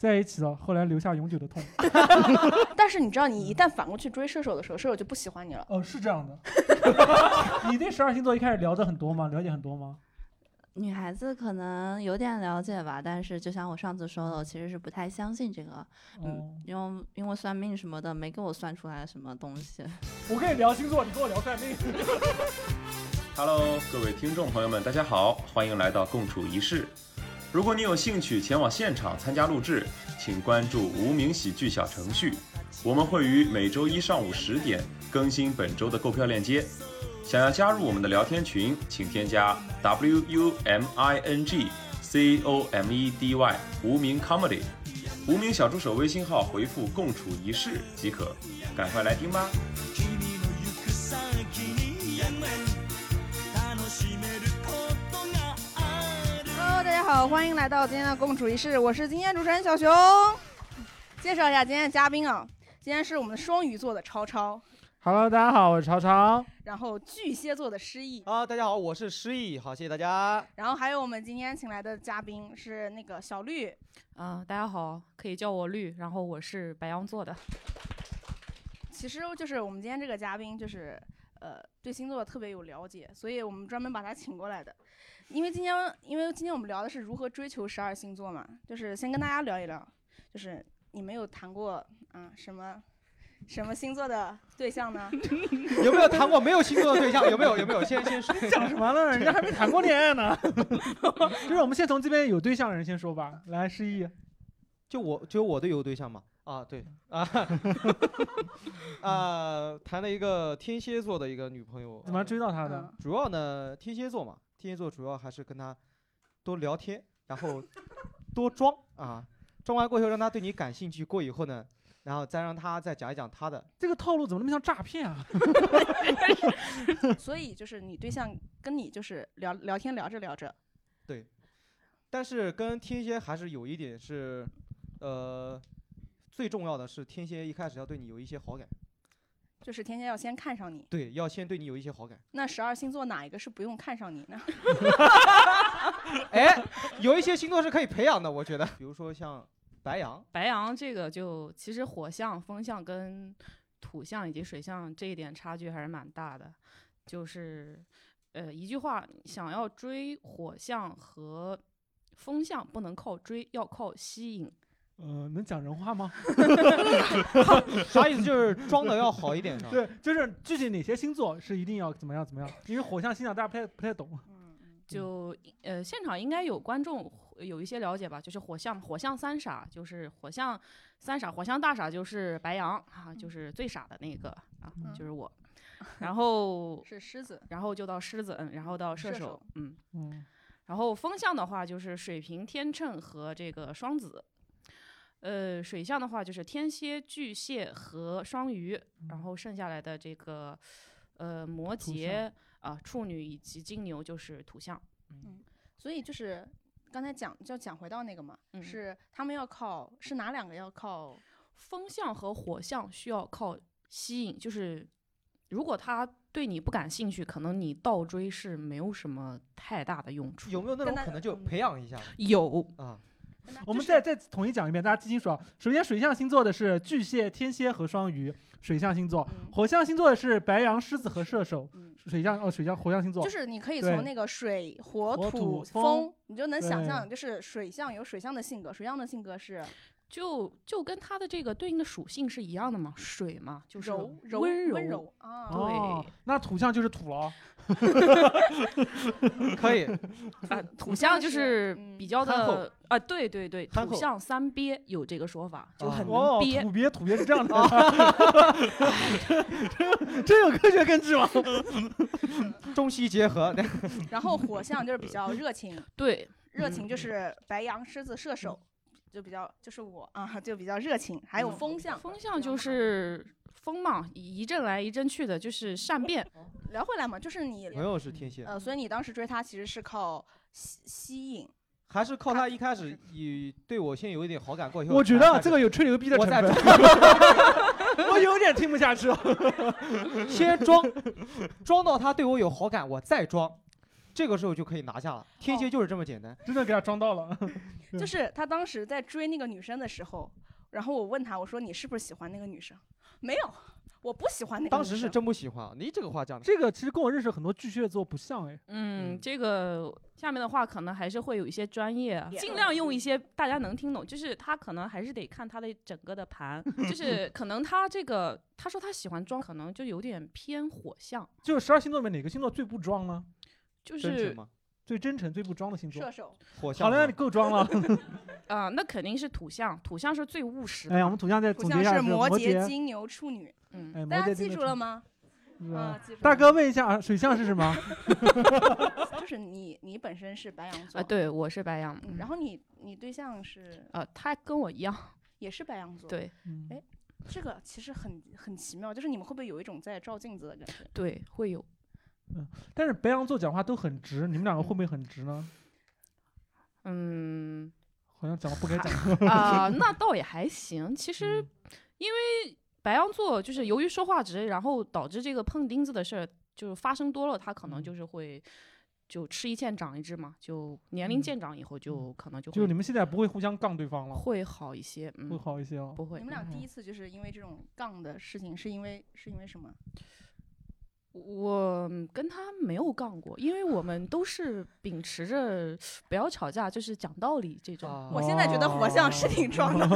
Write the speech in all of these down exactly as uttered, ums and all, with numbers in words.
在一起了，后来留下永久的痛。 但是你知道，你一旦反过去追射手的时候，射手就不喜欢你了。 哦，是这样的。你对十二星座一开始聊的很多吗？了解很多吗？ 女孩子可能有点了解吧，但是就像我上次说的，我其实是不太相信这个，嗯， 哦、 因为因为算命什么的没给我算出来什么东西。 我跟你聊星座，你跟我聊算命。 Hello， 各位听众朋友们，大家好，欢迎来到共处一室。如果你有兴趣前往现场参加录制，请关注无名喜剧小程序，我们会于每周一上午十点更新本周的购票链接。想要加入我们的聊天群，请添加 W U M I N G C O M E D Y 无名 Comedy， 无名小助手微信号回复共处一室即可，赶快来听吧。 Hello， 大家好，欢迎来到今天的共处一室，我是今天主持人小熊。介绍一下今天的嘉宾啊，今天是我们双鱼座的超超。 Hello， 大家好，我是超超。 然后巨蟹座的诗意。 啊，大家好，我是诗意，好，谢谢大家。 然后还有我们今天请来的嘉宾是那个小绿。 啊、呃，大家好，可以叫我绿，然后我是白羊座的。 其实就是我们今天这个嘉宾就是呃对星座特别有了解，所以我们专门把他请过来的。因为今天因为今天我们聊的是如何追求十二星座嘛，就是先跟大家聊一聊，就是你们有谈过啊、嗯、什么？什么星座的对象呢？ 有没有谈过没有星座的对象？有没有？有没有？先先说。 讲什么呢？人家还没谈过恋爱呢。就是我们先从这边有对象的人先说吧。来，诗意。 就我，就我的有对象嘛。啊，对啊。啊，谈了一个天蝎座的一个女朋友。 怎么追到她的？ 嗯、主要呢，天蝎座嘛，天蝎座主要还是跟她多聊天，然后多装啊，装完过后让她对你感兴趣，过以后呢。然后再让他再讲一讲他的这个套路怎么那么像诈骗啊？ 所以就是你对象跟你就是聊聊天聊着聊着， 对。但是跟天蝎还是有一点是，呃，最重要的是天蝎一开始要对你有一些好感， 就是天蝎要先看上你。 对，要先对你有一些好感。 那十二星座哪一个是不用看上你呢？ 哎，有一些星座是可以培养的，我觉得，比如说像。白羊， 白羊这个就其实火象、风象跟土象以及水象这一点差距还是蛮大的。就是，呃，一句话，想要追火象和风象，不能靠追，要靠吸引。 呃，能讲人话吗？ 啥意思？就是装的要好一点是吧？ 对，就是具体哪些星座是一定要怎么样怎么样？因为火象、星象大家不太不太懂。 就呃，现场应该有观众有一些了解吧，就是火象，火象三傻，就是火象三傻，火象大傻就是白羊啊，就是最傻的那个啊， 嗯、 就是我。然后是狮子， 然后就到狮子，嗯，然后到射手， 射手嗯嗯。 然后风象的话就是水瓶、天秤和这个双子。呃，水象的话就是天蝎、巨蟹和双鱼， 嗯、 然后剩下来的这个呃摩羯。啊，处女以及金牛就是土象， 嗯，所以就是刚才讲就讲回到那个嘛， 嗯、 是他们要靠是哪两个要靠？ 风象和火象需要靠吸引，就是如果他对你不感兴趣，可能你倒追是没有什么太大的用处。 有没有那种可能就培养一下？ 有啊。 我们再再统一讲一遍，大家记清楚啊。首先，水象星座的是巨蟹、天蝎和双鱼，水象星座； 嗯、 火象星座的是白羊、狮子和射手。 嗯、 水象哦，水象火象星座就是你可以从那个水、火、 土、 土风， 风你就能想象，就是水象有水象的性格，水象的性格是。 就就跟它的这个对应的属性是一样的嘛，水嘛，就是柔温柔温柔啊。 对、 哦，那土象就是土了。 可以啊，土象就是比较的啊，对对对，土象三憋有这个说法，就很能憋。 哦、土憋土憋是这样的，真有科学根据吗？ 中西结合。 然后火象就是比较热情， 对， 热情就是白羊、狮子、射手。就比较就是我啊，就比较热情，还有风象， 风象就是风嘛，一阵来一阵去的，就是善变。 聊回来嘛，就是你朋友是天蝎， 呃，所以你当时追他其实是靠吸吸引， 还是靠他一开始以对我先有一点好感过以后？ 我觉得这个有吹牛逼的成分，我有点听不下去了。 先装，装到他对我有好感，我再装。 这个时候就可以拿下了。天蝎就是这么简单， 真的给他装到了。 就是他当时在追那个女生的时候，然后我问他，我说你是不是喜欢那个女生？没有，我不喜欢那个女生。 当时是真不喜欢。你这个话讲的， 这个其实跟我认识很多巨蟹座不像哎。 嗯， 嗯这个下面的话可能还是会有一些专业啊，尽量用一些大家能听懂。就是他可能还是得看他的整个的盘，就是可能他这个他说他喜欢装，可能就有点偏火象。 就是十二星座里面哪个星座最不装呢？ 就是真诚吗？ 最真诚、最不装的星座。 射手。 火象吗。 好了，你够装了。 啊、呃，那肯定是土象，土象是最务实的。 哎呀，我们土象再土总结一下象是摩羯、 羯、金牛、处女。 嗯， 哎， 大家记住了吗？ 啊， 记住大哥问一下，水象是什么？ 就是你，你本身是白羊座啊，对，我是白羊。 嗯、然后你，你对象是呃，他跟我一样， 也是白羊座。 对， 嗯， 哎，这个其实很很奇妙，就是你们会不会有一种在照镜子的感觉？ 对，会有。 嗯，但是白羊座讲话都很直，你们两个会不会很直呢？ 嗯， 好像讲话不该讲。 啊、呃，那倒也还行。其实， 嗯、 因为白羊座就是由于说话直，然后导致这个碰钉子的事儿就发生多了，他可能就是会就吃一堑长一智嘛，就年龄渐长以后就可能就会就你们现在不会互相杠对方了， 会好一些，嗯、 会好一些哦。 不会。 你们俩第一次就是因为这种杠的事情，是因为是因为什么？ 我跟他没有杠过，因为我们都是秉持着不要吵架，就是讲道理这种。 啊、 我现在觉得火象是挺装的。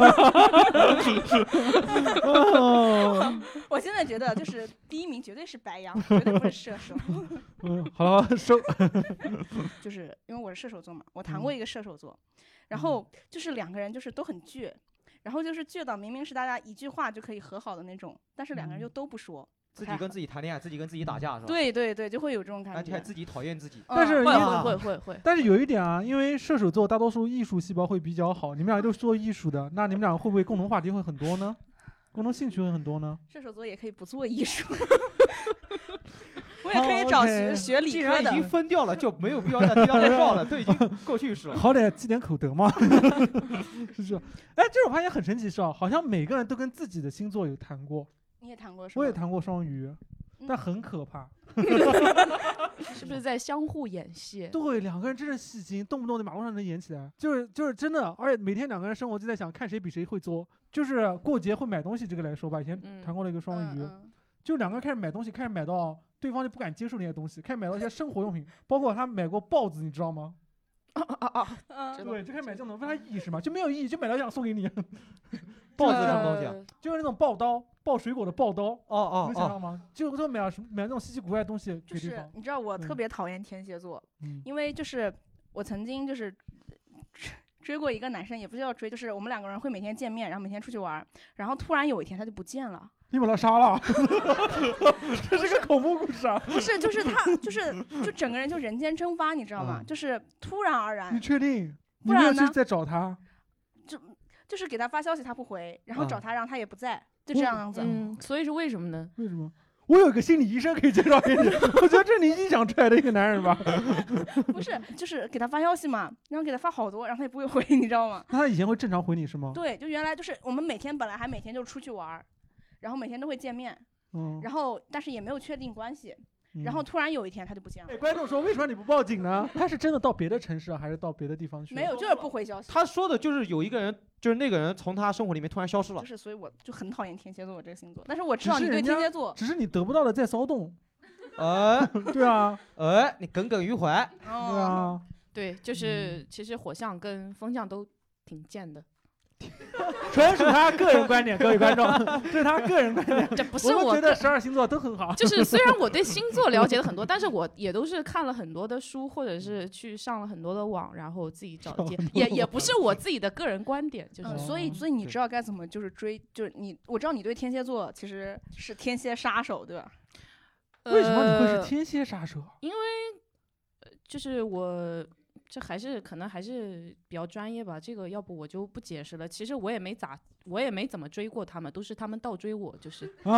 我现在觉得就是第一名绝对是白羊，绝对不是射手。 嗯，好了，收。 就是因为我是射手座嘛，我谈过一个射手座，嗯、然后就是两个人就是都很倔，然后就是倔到明明是大家一句话就可以和好的那种，但是两个人就都不说。 自己跟自己谈恋爱，自己跟自己打架是吧？ 对对对，就会有这种感觉。 而且还自己讨厌自己。 但是会会会会会。 但是有一点啊，因为射手座大多数艺术细胞会比较好，你们俩都是做艺术的，那你们俩会不会共同话题会很多呢？共同兴趣会很多呢？ 射手座也可以不做艺术。我也可以找学、oh, okay. 学理科的。 既然已经分掉了，就没有必要再第二绕了，都已经过去式了。 好歹积点口德嘛。是是。哎，这我发现很神奇是啊，好像每个人都跟自己的星座有谈过。 你也谈过是吧？ 我也谈过双鱼，嗯、但很可怕。 是不是在相互演戏？ 对，两个人真是戏精，动不动在马路上能演起来，就是就是真的。而且每天两个人生活就在想，看谁比谁会作。就是过节会买东西这个来说吧，以前谈过了一个双鱼， 嗯嗯、 就两个人开始买东西，开始买到对方就不敢接受那些东西，开始买到一些生活用品，包括他买过报纸，你知道吗？ 啊啊啊！啊对，就开始买这种，问他意义是吗？就没有意义，就买到想送给你。 报纸什么东西啊？ 就是那种刨刀，刨水果的刨刀。 哦哦， 能想到吗？就就买买那种稀奇古怪的东西给地方。就是你知道我特别讨厌天蝎座， 嗯、 因为就是我曾经就是追过一个男生，也不叫追，就是我们两个人会每天见面，然后每天出去玩，然后突然有一天他就不见了。 你把他杀了？这是个恐怖故事啊！ 不是，就是他，就是就整个人就人间蒸发，你知道吗？嗯、就是突然而然。 你确定？ 不然呢？在找他？ 就就是给他发消息他不回，然后找他让他也不在，嗯、就这样子。 嗯，所以是为什么呢？ 为什么？我有个心理医生可以介绍给你，我觉得这是你臆想出来的一个男人吧？ 不是，就是给他发消息嘛，然后给他发好多，然后他也不会回，你知道吗？ 那他以前会正常回你是吗？ 对，就原来就是我们每天本来还每天就出去玩。然后每天都会见面， 嗯， 然后但是也没有确定关系，嗯、然后突然有一天他就不见了。 哎，观众说为什么你不报警呢？他是真的到别的城市，还是到别的地方去？ 没有，就是不回消息。 他说的就是有一个人，就是那个人从他生活里面突然消失了。 就是，所以我就很讨厌天蝎座这个星座。但是我知道你对天蝎座， 只是你得不到的在骚动。 哎， 对啊， 哎，你耿耿于怀。 哦、 对啊， 对，就是其实火象跟风象都挺贱的。 纯属他个人观点，各位观众，这是他个人观点。 这不是我觉得十二星座都很好。 就是虽然我对星座了解的很多，但是我也都是看了很多的书，或者是去上了很多的网，然后自己找的，也也不是我自己的个人观点，就是。 嗯、所以，所以你知道该怎么就是追，就是你，我知道你对天蝎座其实是天蝎杀手，对吧？ 为什么你会是天蝎杀手？ 因为就是我。这还是可能还是比较专业吧，这个要不我就不解释了。其实我也没咋，我也没怎么追过他们，都是他们倒追我，就是。 啊！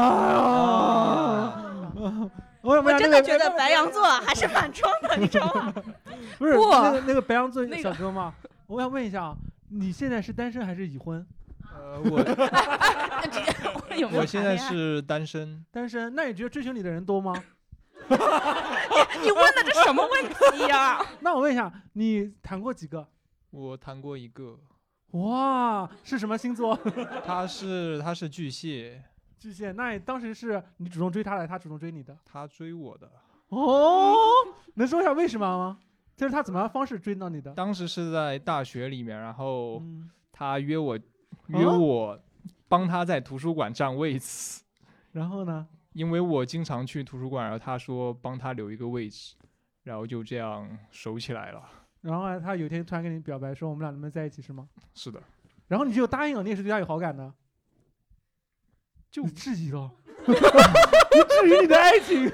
我我真的觉得白羊座还是蛮装的，你知道吗？ 不是那个那个白羊座小哥吗？我想问一下，你现在是单身还是已婚？ 呃，我有没有我现在是单身。 单身，那你觉得追求你的人多吗？ 你你问的这什么问题呀、啊？ 那我问一下，你谈过几个？ 我谈过一个。 哇，是什么星座？ 他是他是巨蟹。 巨蟹，那你当时是你主动追他的，他主动追你的？ 他追我的。 哦，能说一下为什么吗？就是他怎么样方式追到你的？ 当时是在大学里面，然后嗯、 他约我、嗯、约我帮他在图书馆占位置。 然后呢？ 因为我经常去图书馆，然后他说帮他留一个位置，然后就这样熟起来了。 然后他有一天突然跟你表白说我们俩能不能在一起是吗？ 是的。 然后你就答应了，你也是对他有好感的？ 就你质疑了，你质疑你的爱情。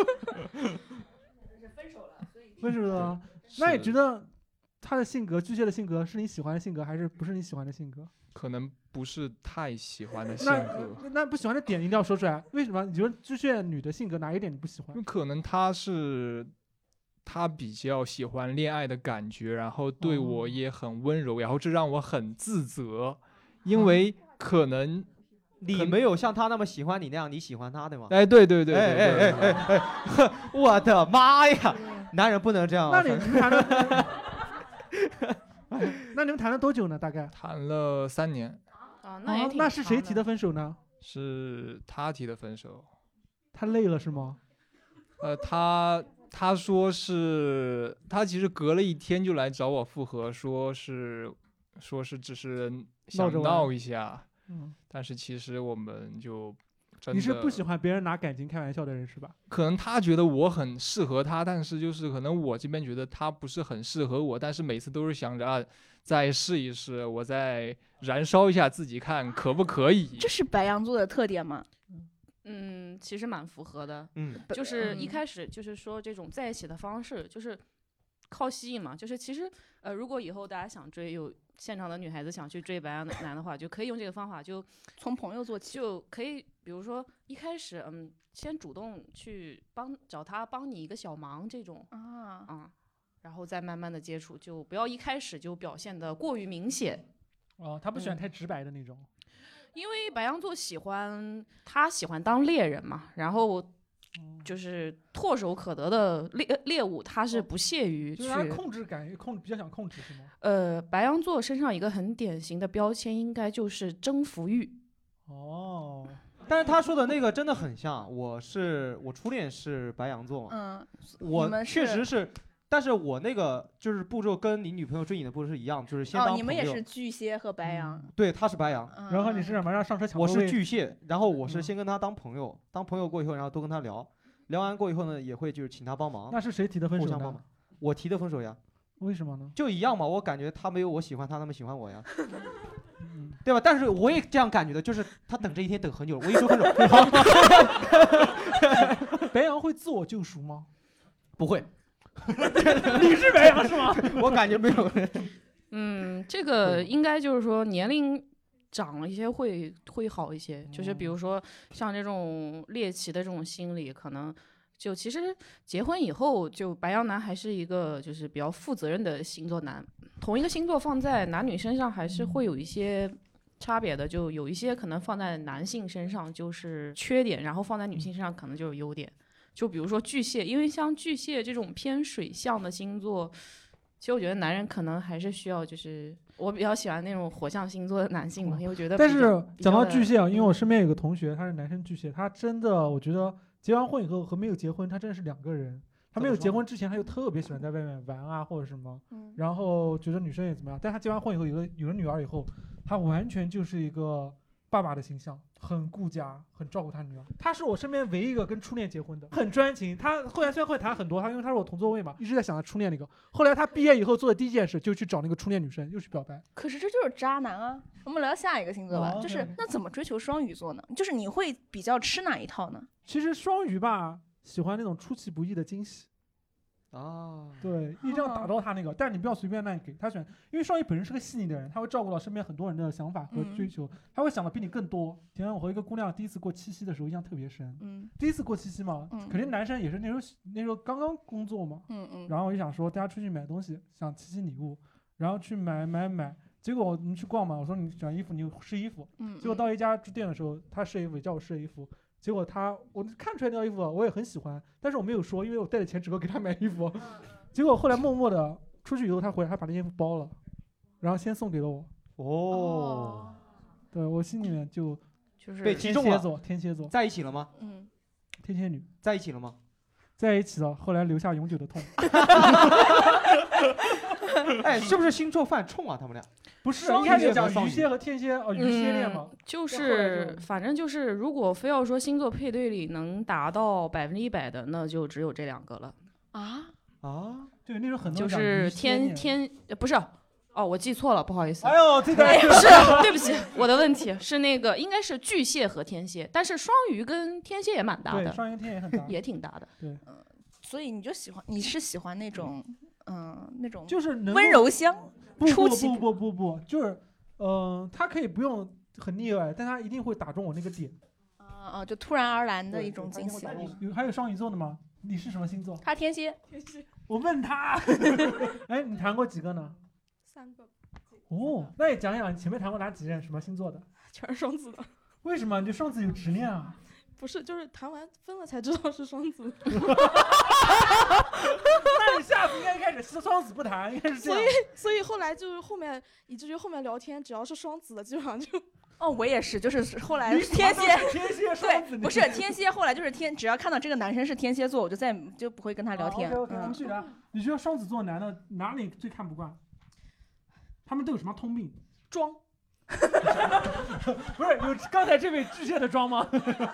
分手了，所以分手了。那你觉得他的性格，巨蟹的性格是你喜欢的性格，还是不是你喜欢的性格？ 可能不是太喜欢的性格。 那那不喜欢的点一定要说出来，为什么？你觉得巨蟹女的性格哪一点你不喜欢？ 可能他是他比较喜欢恋爱的感觉，然后对我也很温柔，哦、然后这让我很自责，因为可能你没有像他那么喜欢你那样，你喜欢他对吗？ 哎，对对对对对对对对对对，我的妈呀，男人不能这样、啊。 那你们谈的，那你们谈了多久呢？大概谈了三年。 啊，那也挺、 哦、那是谁提的分手呢？ 是他提的分手。 他累了是吗？ 呃，他他说是他其实隔了一天就来找我复合，说是说是只是想闹一下， 嗯， 但是其实我们就真的。 你是不喜欢别人拿感情开玩笑的人是吧？ 可能他觉得我很适合他，但是就是可能我这边觉得他不是很适合我，但是每次都是想着啊，再试一试，我再燃烧一下自己看可不可以。 这是白羊座的特点吗？ 嗯，其实蛮符合的。 嗯， 就是一开始就是说这种在一起的方式，就是靠吸引嘛。就是其实呃，如果以后大家想追，有现场的女孩子想去追白羊男的话，就可以用这个方法，就从朋友做起， 就可以比如说一开始嗯，先主动去帮找他帮你一个小忙这种啊啊，然后再慢慢的接触，就不要一开始就表现得过于明显。 哦，他不喜欢太直白的那种。 嗯因为白羊座喜欢他喜欢当猎人嘛，然后就是唾手可得的猎猎物，他是不屑于去。 就是他控制感，控比较想控制是吗？ 呃，白羊座身上一个很典型的标签，应该就是征服欲。 哦， 但是他说的那个真的很像，我是我初恋是白羊座嘛， 嗯， 我确实是。但是我那个就是步骤跟你女朋友追你的步骤是一样，就是先当朋友。 哦，你们也是巨蟹和白羊。 嗯、对，他是白羊、 嗯， 然后你是什么？让上车抢？ 我是巨蟹，然后我是先跟他当朋友，嗯、当朋友过以后，然后多跟他聊，聊完过以后呢，也会就是请他帮忙。 那是谁提的分手呢？ 互相帮忙。我提的分手呀。 为什么呢？ 就一样嘛，我感觉他没有我喜欢他那么喜欢我呀。嗯、对吧？但是我也这样感觉的，就是他等这一天等很久了，我一说分手。 白羊会自我救赎吗？ 不会。 你是白羊是吗？ 我感觉没有。 嗯，这个应该就是说年龄长了一些会会好一些，就是比如说像这种猎奇的这种心理，可能就其实结婚以后，就白羊男还是一个就是比较负责任的星座男。同一个星座放在男女身上还是会有一些差别的，就有一些可能放在男性身上就是缺点，然后放在女性身上可能就是优点。就比如说巨蟹，因为像巨蟹这种偏水象的星座，其实我觉得男人可能还是需要，就是我比较喜欢那种火象星座的男性嘛，因为我觉得。 但是讲到巨蟹啊，因为我身边有个同学，他是男生巨蟹，他真的我觉得结完婚以后和没有结婚，他真的是两个人。他没有结婚之前，他就特别喜欢在外面玩啊或者什么，然后觉得女生也怎么样。但他结完婚以后，有了有了女儿以后，他完全就是一个爸爸的形象，很顾家，很照顾他女儿。他是我身边唯一一个跟初恋结婚的，很专情。他后来虽然会谈很多，他因为他是我同座位嘛，一直在想他初恋那个。后来他毕业以后做的第一件事就去找那个初恋女生，又去表白。 可是这就是渣男啊！我们聊下一个星座吧， 哦、 就是那怎么追求双鱼座呢？就是你会比较吃哪一套呢？ 其实双鱼吧，喜欢那种出其不意的惊喜。 啊， 对，一定要打到他那个，但是你不要随便乱给他选，因为双鱼本身是个细腻的人，他会照顾到身边很多人的想法和追求，嗯、他会想的比你更多。前天我和一个姑娘第一次过七夕的时候印象特别深， 嗯， 第一次过七夕嘛， 嗯、 肯定男生也是那时候那时候刚刚工作嘛， 嗯嗯， 然后我就想说大家出去买东西，想七夕礼物，然后去买买买，结果我们去逛嘛，我说你选衣服，你试衣服， 嗯， 结果到一家店的时候，他试衣服也叫我试衣服。 结果他我看出来那套衣服我也很喜欢，但是我没有说，因为我带着钱只够给他买衣服。结果后来默默的出去以后，他回来他把那件衣服包了，然后先送给了我。 哦， 对我心里面就就是被击中了。 天蝎座，天蝎座在一起了吗？ 嗯， 天蝎女在一起了吗？ 在一起了，后来留下永久的痛。 哎，是不是星座犯冲啊？他们俩不是， 双一开始鱼和双鱼讲鱼蝎和天蝎，哦，鱼蝎恋嘛。 嗯、就后来是就反正就是，如果非要说星座配对里能达到百分之一百的，那就只有这两个了。 啊啊， 对，那时候很多人讲就是鱼蝎恋天天呃不是。哦，我记错了，不好意思。 哎呦，这个是对不起，我的问题是那个应该是巨蟹和天蝎，但是双鱼跟天蝎也蛮搭的， 对，双鱼天也很搭， 也挺搭的。 对， 嗯，所以你就喜欢，你是喜欢那种，嗯，那种就是能温柔乡， 不出奇不不不不不，就是嗯、呃，他可以不用很腻歪，但他一定会打中我那个点。 啊啊，就突然而然的一种对惊喜。 有还有双鱼座的吗？你是什么星座？ 他天蝎。 天蝎。 我问他。哎，你谈过几个呢？ 三个。 哦，那你讲讲你前面谈过哪几任什么星座的？ 全是双子的。 为什么？你对双子有执念啊？ 不是，就是谈完分了才知道是双子。 那你下次应该一开始是双子不谈，应该是这样。 所以，所以后来就是后面，以至于后面聊天，只要是双子的，基本上就。 哦，我也是，就是后来天蝎， 天蝎双子， 对，不是天蝎，后来就是天，只要看到这个男生是天蝎座，我就再就不会跟他聊天。 OK OK，我们继续聊。你觉得双子座男的哪里最看不惯？他们都有什么通病？ 装。 不是有刚才这位巨蟹的装吗？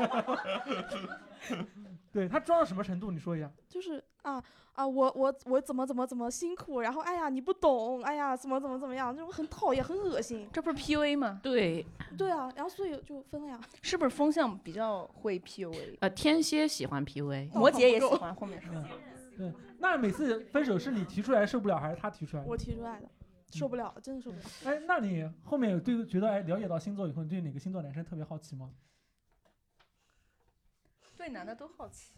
对他装到什么程度？你说一下。 就是啊啊，我我我怎么怎么怎么辛苦，然后哎呀你不懂，哎呀怎么怎么怎么样，这种很讨厌，很恶心。 这不是 P U A 吗？ 对。 对啊，然后所以就分了呀。 是不是风象比较会 P U A？ 呃，天蝎喜欢 P U A， 摩羯也喜欢，后面说。 对，那每次分手是你提出来受不了，还是他提出来的？ 我提出来的。受不了，真的受不了。 哎，那你后面有对觉得哎了解到星座以后，你对哪个星座男生特别好奇吗？ 对男的都好奇。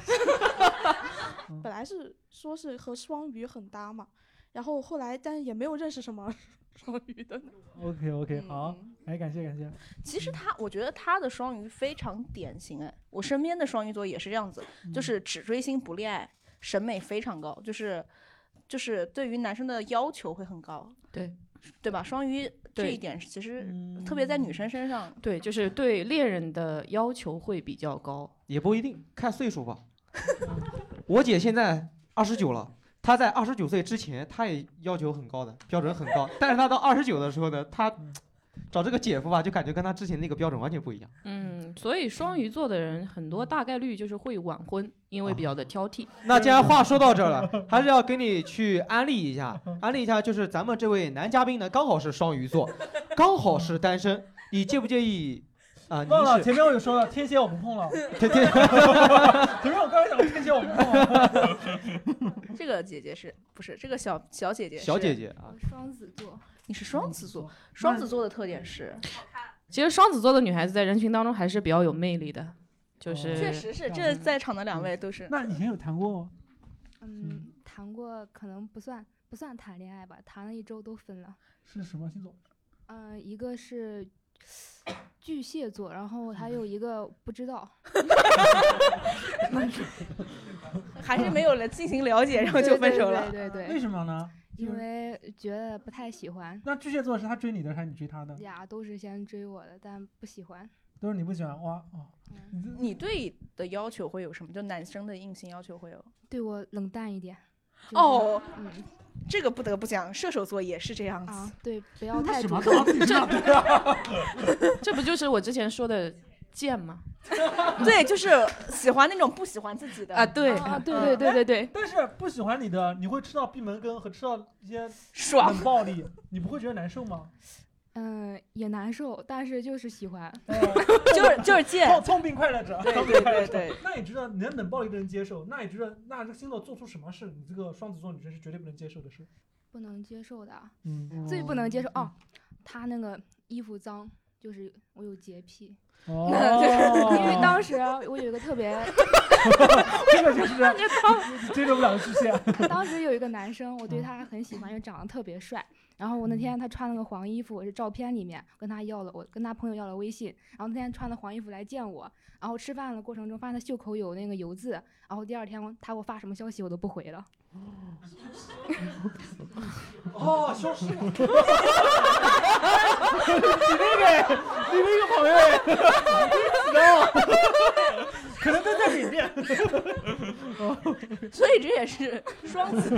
本来是说是和双鱼很搭嘛，然后后来但也没有认识什么双鱼的。 OK OK， 好，哎，感谢感谢。 其实他，我觉得他的双鱼非常典型哎，我身边的双鱼座也是这样子，就是只追星不恋爱，审美非常高，就是。就是对于男生的要求会很高， 对， 对吧？双鱼这一点其实特别在女生身上， 对，就是对恋人的要求会比较高， 也不一定，看岁数吧。我姐现在二十九了，她在二十九岁之前，她也要求很高的，标准很高，但是她到二十九的时候呢，她找这个姐夫吧，就感觉跟她之前那个标准完全不一样。 嗯，所以双鱼座的人很多大概率就是会晚婚，因为比较的挑剔。 那既然话说到这儿了，还是要给你去安利一下，安利一下，就是咱们这位男嘉宾呢，刚好是双鱼座，刚好是单身，你介不介意？啊， 忘了前面我有说了，天蝎我不碰了。 天天， 前面我刚才讲天蝎我不碰了。 这个姐姐是不是这个小小姐姐？ 小姐姐啊， 双子座。 你是双子座，双子座的特点是， 其实双子座的女孩子在人群当中还是比较有魅力的，就是确实是，这在场的两位都是。 那以前有谈过吗？ 嗯，谈过，可能不算不算谈恋爱吧，谈了一周都分了。 是什么星座？ 嗯、呃，一个是巨蟹座，然后还有一个不知道。 还是没有了进行了解，然后就分手了。 对对 对, 对。 为什么呢？ 因为觉得不太喜欢。 那巨蟹座是他追你的还是你追他的？ 呀，都是先追我的，但不喜欢。 都是你不喜欢哇哦。 嗯、你对的要求会有什么？就男生的硬性要求会有？ 对我冷淡一点。 就是、哦， 嗯， 这个不得不讲，射手座也是这样子。 啊、对，不要太主动。 这这不就是我之前说的贱吗？ 对，就是喜欢那种不喜欢自己的啊，对啊，对对对对对。 但是不喜欢你的，你会吃到闭门羹和吃到一些爽冷暴力，你不会觉得难受吗？ 嗯，也难受，但是就是喜欢， 就是就是贱， 聪明快乐者。 对对对对。 那你觉得你的冷暴力不能接受？那你觉得那这个星座做出什么事，你这个双子座女生是绝对不能接受的事？ 不能接受的， 嗯， 最不能接受哦，他那个衣服脏，就是我有洁癖。 哦， 因为当时我有一个特别， 这个就是接受不了的巨蟹。 当时有一个男生，我对他很喜欢，因为长得特别帅。 然后我那天他穿了个黄衣服，我是照片里面跟他要了，我跟他朋友要了微信，然后那天穿的黄衣服来见我，然后吃饭的过程中发现他袖口有那个油渍，然后第二天他给我发什么消息我都不回了。 哦，消失了。你那个，你那个朋友，死了，可能都在缅甸。 所以这也是双子，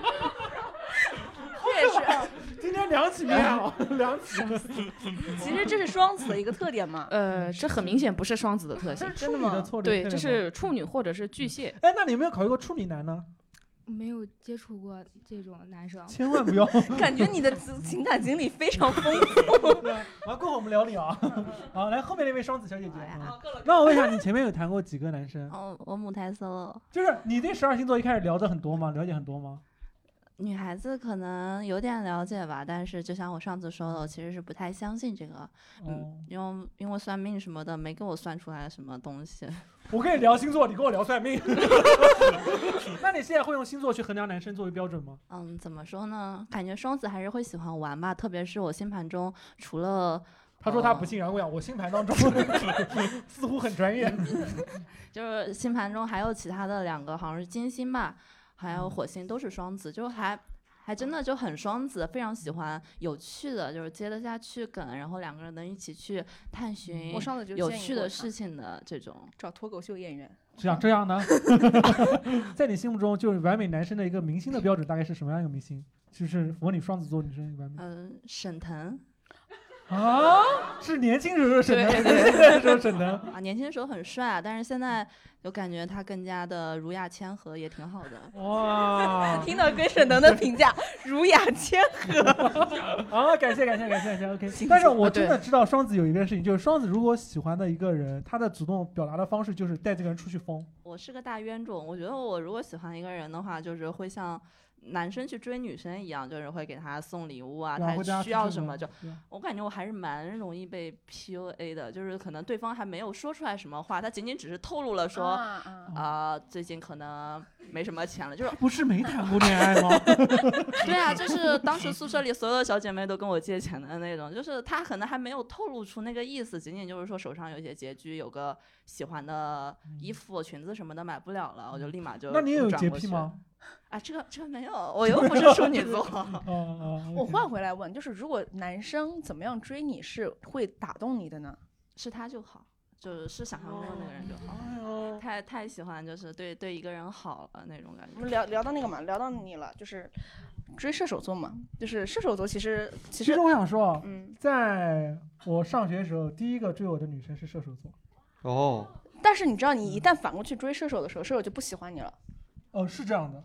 这也是今天两起面啊，两起。 其实这是双子的一个特点嘛。 呃，这很明显不是双子的特性， 真的吗？ 对，这是处女或者是巨蟹。 哎，那你有没有考虑过处女男呢？ 没有接触过这种男生， 千万不要。 感觉你的情感经历非常丰富。 完过会我们聊你啊。好，来后面那位双子小姐姐。那我问一下，你前面有谈过几个男生？ 哦，我母胎 solo。 就是你对十二星座一开始聊的很多吗？了解很多吗？ 女孩子可能有点了解吧，但是就像我上次说的，我其实是不太相信这个，嗯，因为因为算命什么的没给我算出来什么东西。 我跟你聊星座，你跟我聊算命。那你现在会用星座去衡量男生作为标准吗？ 嗯，怎么说呢？感觉双子还是会喜欢玩吧，特别是我星盘中除了。 他说他不信，然后我讲我星盘当中似乎很专业。 就是星盘中还有其他的两个，好像是金星吧。还有火星都是双子，就还还真的就很双子，非常喜欢有趣的，就是接得下去梗，然后两个人能一起去探寻有趣的事情的这种。 找脱口秀演员。 像这样呢？在你心目中，就是完美男生的一个明星的标准大概是什么样一个明星？就是符合你双子座女生完美。 嗯，沈腾。 啊，是年轻时候沈腾，现在的时候沈腾啊，年轻的时候很帅啊，但是现在就感觉他更加的儒雅谦和，也挺好的。 哇， 听到对沈腾的评价，儒雅谦和。 啊，感谢感谢感谢感谢 ，OK。但是我真的知道双子有一件事情，就是双子如果喜欢的一个人，他的主动表达的方式就是带这个人出去疯。 我是个大冤种，我觉得我如果喜欢一个人的话，就是会像男生去追女生一样，就是会给他送礼物啊，他需要什么就，我感觉我还是蛮容易被 P U A 的，就是可能对方还没有说出来什么话，他仅仅只是透露了说，啊、呃，最近可能没什么钱了，就是不是没谈过恋爱吗？ 对啊，就是当时宿舍里所有的小姐妹都跟我借钱的那种，就是他可能还没有透露出那个意思，仅仅就是说手上有一些拮据，有个喜欢的衣服、裙子什么的买不了了，我就立马就。 那你也有洁癖吗？ 啊，这个这个没有，我又不是处女座。 我换回来问，就是如果男生怎么样追你是会打动你的呢？ 是他就好，就是想象中的那个人就好。哦、太太喜欢就是对对一个人好了那种感觉。 我们聊聊到那个嘛，聊到你了，就是追射手座嘛，就是射手座其实其实。其实我想说， 嗯， 在我上学的时候，第一个追我的女生是射手座。 哦。 但是你知道，你一旦反过去追射手的时候，射手就不喜欢你了。 哦，是这样的，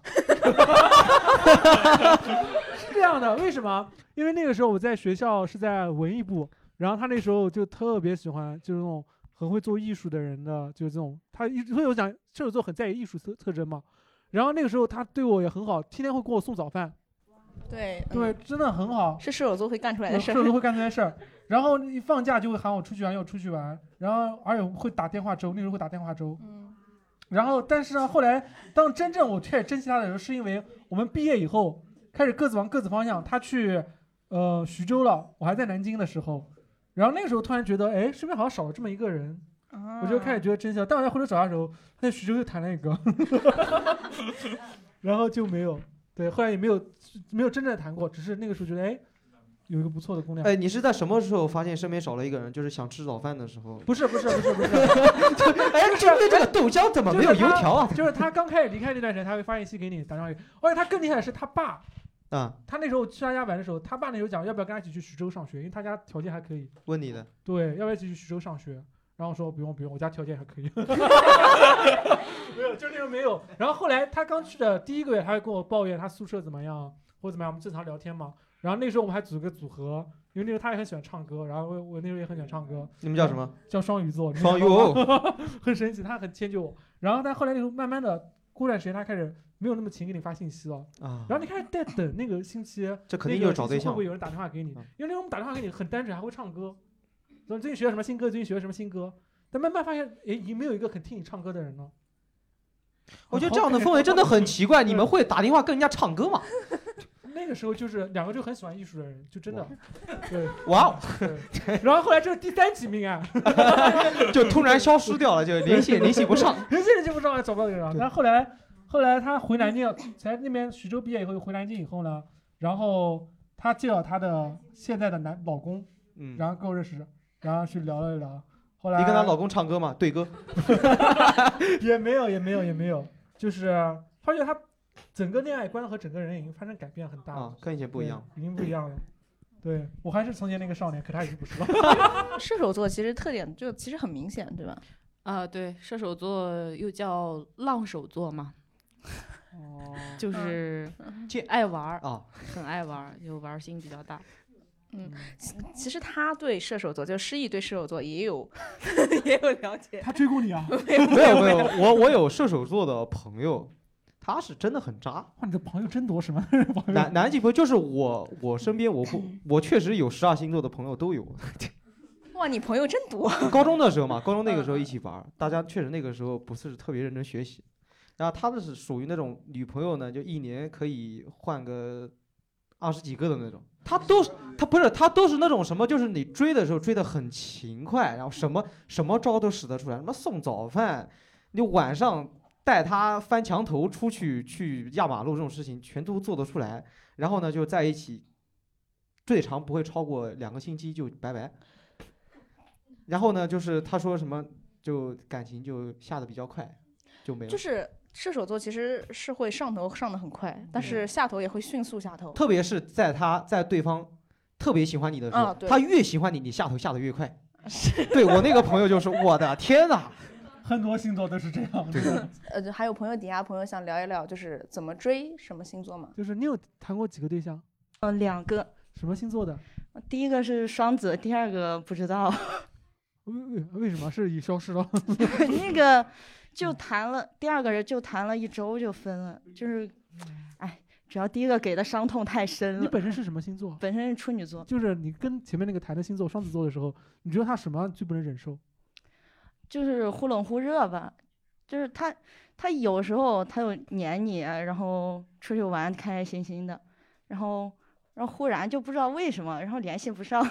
是这样的。为什么？因为那个时候我在学校是在文艺部，然后他那时候就特别喜欢，就是那种很会做艺术的人的，就是这种。他一直会有讲射手座很在意艺术特特征嘛。然后那个时候他对我也很好，天天会给我送早饭。 对对， 嗯、 真的很好。 是射手座会干出来的事儿。 射手座会干出来的事儿。然后一放假就会喊我出去玩，要出去玩。然后而且会打电话粥，那时候会打电话粥。 嗯。 然后，但是呢，后来当真正我开始珍惜他的时候，是因为我们毕业以后开始各自往各自方向。他去呃徐州了，我还在南京的时候，然后那个时候突然觉得，哎，身边好像少了这么一个人，啊、我就开始觉得珍惜。但我在回头找他的时候，他在徐州又谈了一个，然后就没有，对，后来也没有没有真正的谈过，只是那个时候觉得，哎。有一个不错的姑娘。 哎，你是在什么时候发现身边少了一个人？就是想吃早饭的时候？ 不是不是不是不是。 哎，针对这个豆浆怎么没有油条啊？ 就是他刚开始离开那段时间，他会发信息给你打电话给你。而且他更厉害的是他爸。 啊。 他那时候去他家玩的时候，他爸那时候讲要不要跟他一起去徐州上学，因为他家条件还可以。 问你的。 对，要不要一起去徐州上学？然后说不用不用，我家条件还可以。没有，就那时候没有。然后后来他刚去的第一个月，他会跟我抱怨他宿舍怎么样或者怎么样，我们正常聊天嘛。然后那时候我们还组个组合，因为那时候他也很喜欢唱歌，然后我我那时候也很喜欢唱歌。 你们叫什么？ 叫双鱼座。 双鱼哦， 很神奇，他很迁就我。然后但后来那时候慢慢的，过段时间他开始没有那么勤给你发信息了啊。然后你开始在等那个星期， 这肯定就是找对象。 会不会有人打电话给你？因为那时候我们打电话给你很单纯，还会唱歌。说最近学了什么新歌？最近学了什么新歌？但慢慢发现，哎，已经没有一个肯听你唱歌的人了。 我觉得这样的氛围真的很奇怪。你们会打电话跟人家唱歌吗？ 那个时候就是两个就很喜欢艺术的人，就真的，对， 哇哦， 然后后来这是第三几名啊， 就突然消失掉了，就联系联系不上， 联系联系不上，找不到人了。但后来后来他回南京，在那边徐州毕业以后回南京以后呢，然后他介绍他的现在的男老公， 嗯， 然后跟我认识，然后去聊了聊。后来你跟她老公唱歌吗？对歌？ 也没有，也没有，也没有，就是发现他整个恋爱观和整个人已经发生改变很大了， 啊，跟以前不一样， 已经不一样了。对我还是从前那个少年，可他已经不是了。 射手座其实特点就其实很明显，对吧？ 啊、呃，对，射手座又叫浪手座嘛。哦，就是爱玩啊， 很爱玩，就玩心比较大。 嗯，其实他对射手座，就诗意对射手座也有也有了解。 他追过你啊？ 没有没有，我我有射手座的朋友，他是真的很渣。 哇，你的朋友真多，什么男男级朋友就是我我身边我我确实有十二星座的朋友都有。 哇，你朋友真多。 高中的时候嘛，高中那个时候一起玩，大家确实那个时候不是特别认真学习。然后他的是属于那种女朋友呢，就一年可以换个二十几个的那种。他都是他不是他都是那种什么，就是你追的时候追得很勤快，然后什么什么招都使得出来，什么送早饭，你晚上带他翻墙头出去去压马路这种事情全都做得出来。然后呢就在一起，最长不会超过两个星期就拜拜。然后呢就是他说什么就感情就下得比较快，就没了。 就是射手座其实是会上头上得很快，但是下头也会迅速下头。 特别是在他在对方特别喜欢你的时候， 啊、 他越喜欢你，你下头下得越快。对我那个朋友就是，我的天哪！ 很多星座都是这样的。 呃，还有朋友底下朋友想聊一聊，就是怎么追什么星座吗？ 就是你有谈过几个对象？ 嗯、呃，两个。 什么星座的？ 第一个是双子，第二个不知道。 为为什么是已消失了？ 那个。就谈了，第二个人就谈了一周就分了，就是，哎，主要第一个给的伤痛太深了。 你本身是什么星座？ 本身是处女座。 就是你跟前面那个谈的星座双子座的时候，你觉得他什么最不能忍受？ 就是忽冷忽热吧，就是他他有时候他又黏你，然后出去玩开开心心的，然后然后忽然就不知道为什么，然后联系不上。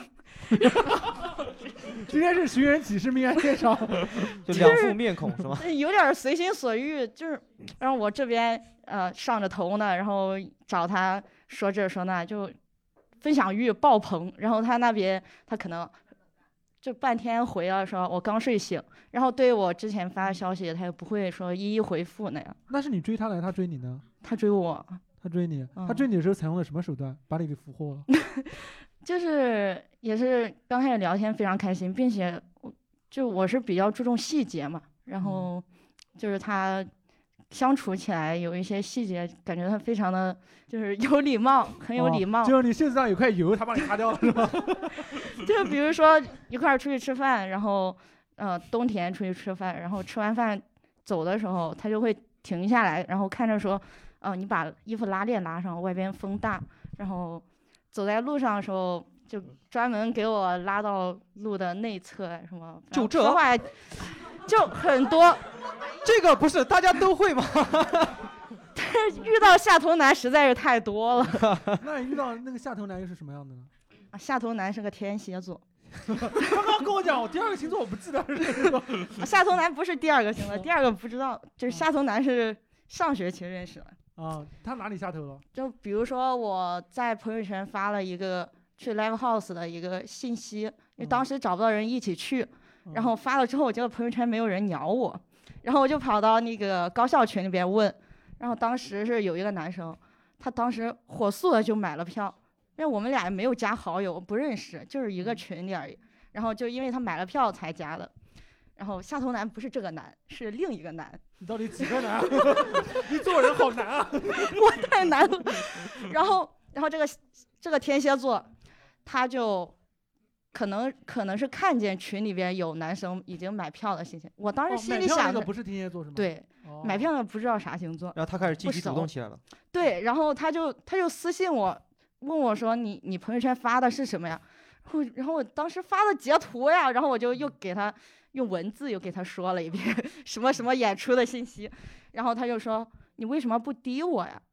今天是寻人启事命案现场， 就两副面孔是吗？ 有点随心所欲，就是让我这边呃上着头呢，然后找他说这说那，就分享欲爆棚。然后他那边他可能就半天回了说我刚睡醒，然后对我之前发的消息他也不会说一一回复那样。 那是你追他来，他追你呢？ 他追我。 他追你， 嗯、 他追你的时候采用了什么手段把你给俘获了？ 就是也是刚开始聊天非常开心，并且就我是比较注重细节嘛，然后就是他相处起来有一些细节，感觉他非常的就是有礼貌，很有礼貌。 哦、就是你袖子上有块油，他帮你擦掉了是吧？ 就比如说一块儿出去吃饭，然后呃冬天出去吃饭，然后吃完饭走的时候，他就会停下来，然后看着说。哦，你把衣服拉链拉上，外边风大。然后走在路上的时候，就专门给我拉到路的内侧，什么就这说话就很多。 这个不是大家都会吗？ 但是遇到下头男实在是太多了。 那你遇到那个下头男又是什么样的呢？ 啊，下头男是个天蝎座。 刚刚跟我讲，我第二个星座我不记得是这个。 下头男不是第二个星座，第二个不知道，就是下头男是上学期认识的。 啊，他哪里下头了？ 就比如说我在朋友圈发了一个去 live house 的一个信息，因为当时找不到人一起去，嗯、然后发了之后，我觉得朋友圈没有人鸟我，然后我就跑到那个高校群里边问，然后当时是有一个男生，他当时火速的就买了票，因为我们俩没有加好友，不认识，就是一个群里而已，然后就因为他买了票才加的。然后下头男不是这个男，是另一个男。 你到底几个男？你做人好难啊！ 我太难了。然后，然后这个这个天蝎座，他就可能可能是看见群里边有男生已经买票的信息。我当时心里想的、 哦、不是天蝎座是吗？ 对， 哦、 买票的不知道啥星座。 然后他开始积极主动起来了。 对，然后他就他就私信我，问我说你你朋友圈发的是什么呀？然后我当时发的截图呀，然后我就又给他。用文字又给他说了一遍什么什么演出的信息，然后他就说你为什么不滴我呀？我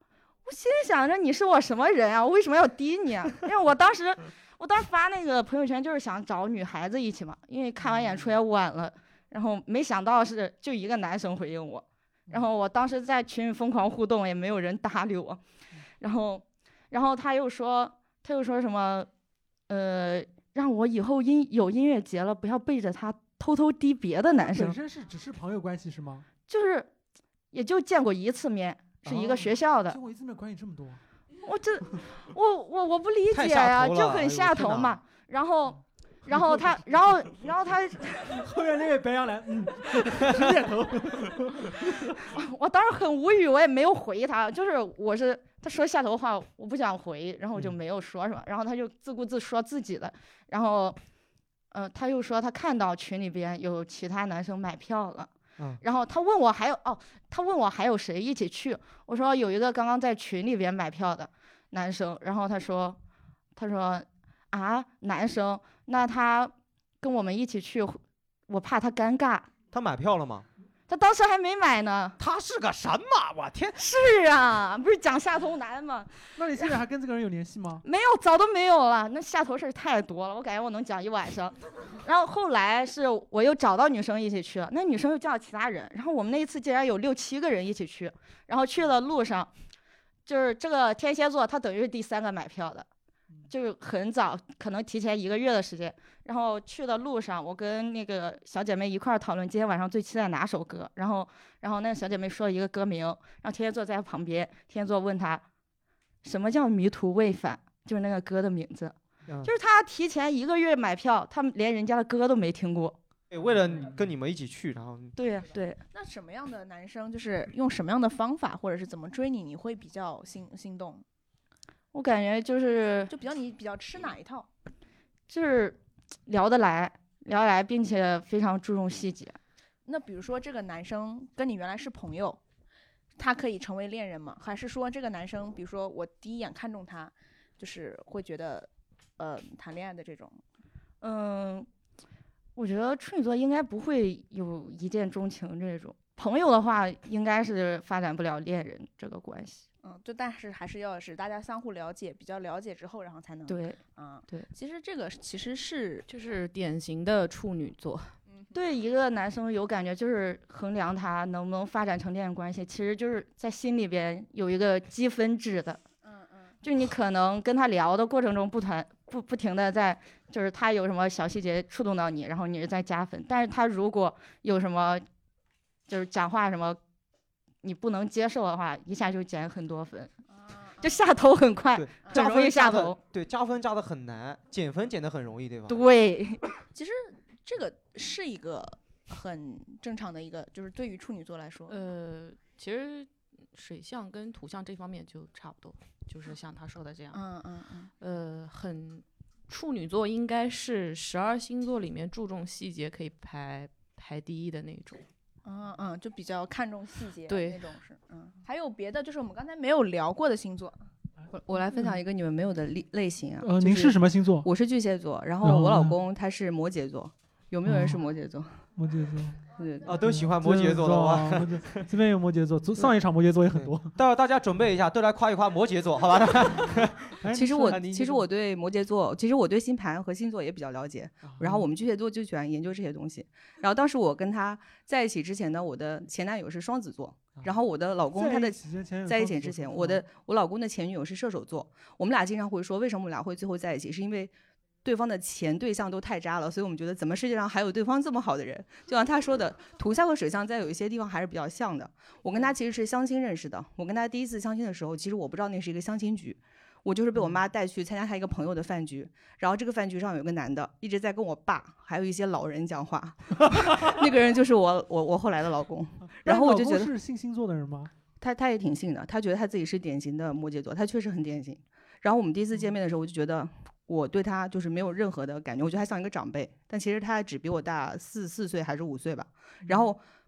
我心里想着你是我什么人啊？我为什么要滴你啊？因为我当时我当时发那个朋友圈就是想找女孩子一起嘛，因为看完演出也晚了，然后没想到是就一个男生回应我，然后我当时在群里疯狂互动，也没有人搭理我，然后然后他又说他又说什么呃让我以后音有音乐节了不要背着他偷偷滴别的男生。 本身是只是朋友关系是吗？ 就是也就见过一次面，是一个学校的。 见过一次面关系这么多？ 我这我我我不理解呀、啊，就很下头嘛。然后然后他然后然后他后面那位白羊男，嗯，直点头。 我当时很无语，我也没有回他，就是我是他说下头话，我不想回，然后我就没有说什么，然后他就自顾自说自己的，然后。呃，他又说他看到群里边有其他男生买票了，嗯，然后他问我还有哦，他问我还有谁一起去，我说有一个刚刚在群里边买票的男生，然后他说，他说啊男生，那他跟我们一起去，我怕他尴尬。 他买票了吗？ 他当时还没买呢。 他是个什么？我天！ 是啊，不是讲下头男吗？ 那你现在还跟这个人有联系吗？ 没有，早都没有了。那下头事太多了，我感觉我能讲一晚上。然后后来是我又找到女生一起去了，那女生又叫其他人，然后我们那一次竟然有六七个人一起去。然后去的路上，就是这个天蝎座，他等于是第三个买票的，就是很早，可能提前一个月的时间。然后去的路上，我跟那个小姐妹一块儿讨论今天晚上最期待哪首歌。然后，然后那个小姐妹说了一个歌名，然后天蝎座在旁边，天蝎座问她，什么叫迷途未返？就是那个歌的名字。嗯、就是他提前一个月买票，他们连人家的歌都没听过。 对，为了跟你们一起去，然后。 对呀，对。 那什么样的男生就是用什么样的方法，或者是怎么追你，你会比较心心动？ 我感觉就是就比较你比较吃哪一套？ 就是聊得来，聊得来，并且非常注重细节。 那比如说这个男生跟你原来是朋友，他可以成为恋人吗？还是说这个男生，比如说我第一眼看中他，就是会觉得，呃，谈恋爱的这种？ 嗯，我觉得处女座应该不会有一见钟情这种。朋友的话，应该是发展不了恋人这个关系。 嗯，就但是还是要是大家相互了解，比较了解之后，然后才能对， 嗯， 对。 其实这个其实是就是典型的处女座。 嗯，对一个男生有感觉，就是衡量他能不能发展成恋人关系，其实就是在心里边有一个积分制的。 嗯嗯。 就你可能跟他聊的过程中不团不不停的在，就是他有什么小细节触动到你，然后你是在加分。但是他如果有什么，就是讲话什么。你不能接受的话，一下就减很多分，啊、就下头很快， 很容易下头。 对，加分加的很难，减分减的很容易，对吧？ 对， 其实这个是一个很正常的一个，就是对于处女座来说， 呃，其实水象跟土象这方面就差不多，就是像他说的这样， 嗯嗯嗯， 呃，很处女座应该是十二星座里面注重细节可以排排第一的那种。 嗯嗯，就比较看重细节对那种是，嗯，还有别的，就是我们刚才没有聊过的星座。 我我来分享一个你们没有的类类型啊。 呃， 就是、 您是什么星座？ 我是巨蟹座，然后我老公他是摩羯座。有没有人是摩羯座？ 摩羯座。 对哦，都喜欢摩羯座的话， 这边有摩羯座，上一场摩羯座也很多。 待会儿大家准备一下，都来夸一夸摩羯座，好吧？ 其实我其实我对摩羯座，其实我对星盘和星座也比较了解。然后我们巨蟹座就喜欢研究这些东西。然后当时我跟他在一起之前呢，我的前男友是双子座，然后我的老公他的在一起之前，我的我老公的前女友是射手座。我们俩经常会说，为什么我们俩会最后在一起，是因为对方的前对象都太渣了，所以我们觉得怎么世界上还有对方这么好的人？就像他说的，土象和水象在有一些地方还是比较像的。我跟他其实是相亲认识的，我跟他第一次相亲的时候，其实我不知道那是一个相亲局，我就是被我妈带去参加他一个朋友的饭局，然后这个饭局上有个男的一直在跟我爸还有一些老人讲话，那个人就是我我我后来的老公。然后我就觉得是信星座的人吗？ 他他也挺信的，他觉得他自己是典型的摩羯座，他确实很典型。然后我们第一次见面的时候，我就觉得。我对他就是没有任何的感觉，我觉得他像一个长辈，但其实他只比我大四四岁还是五岁吧。然后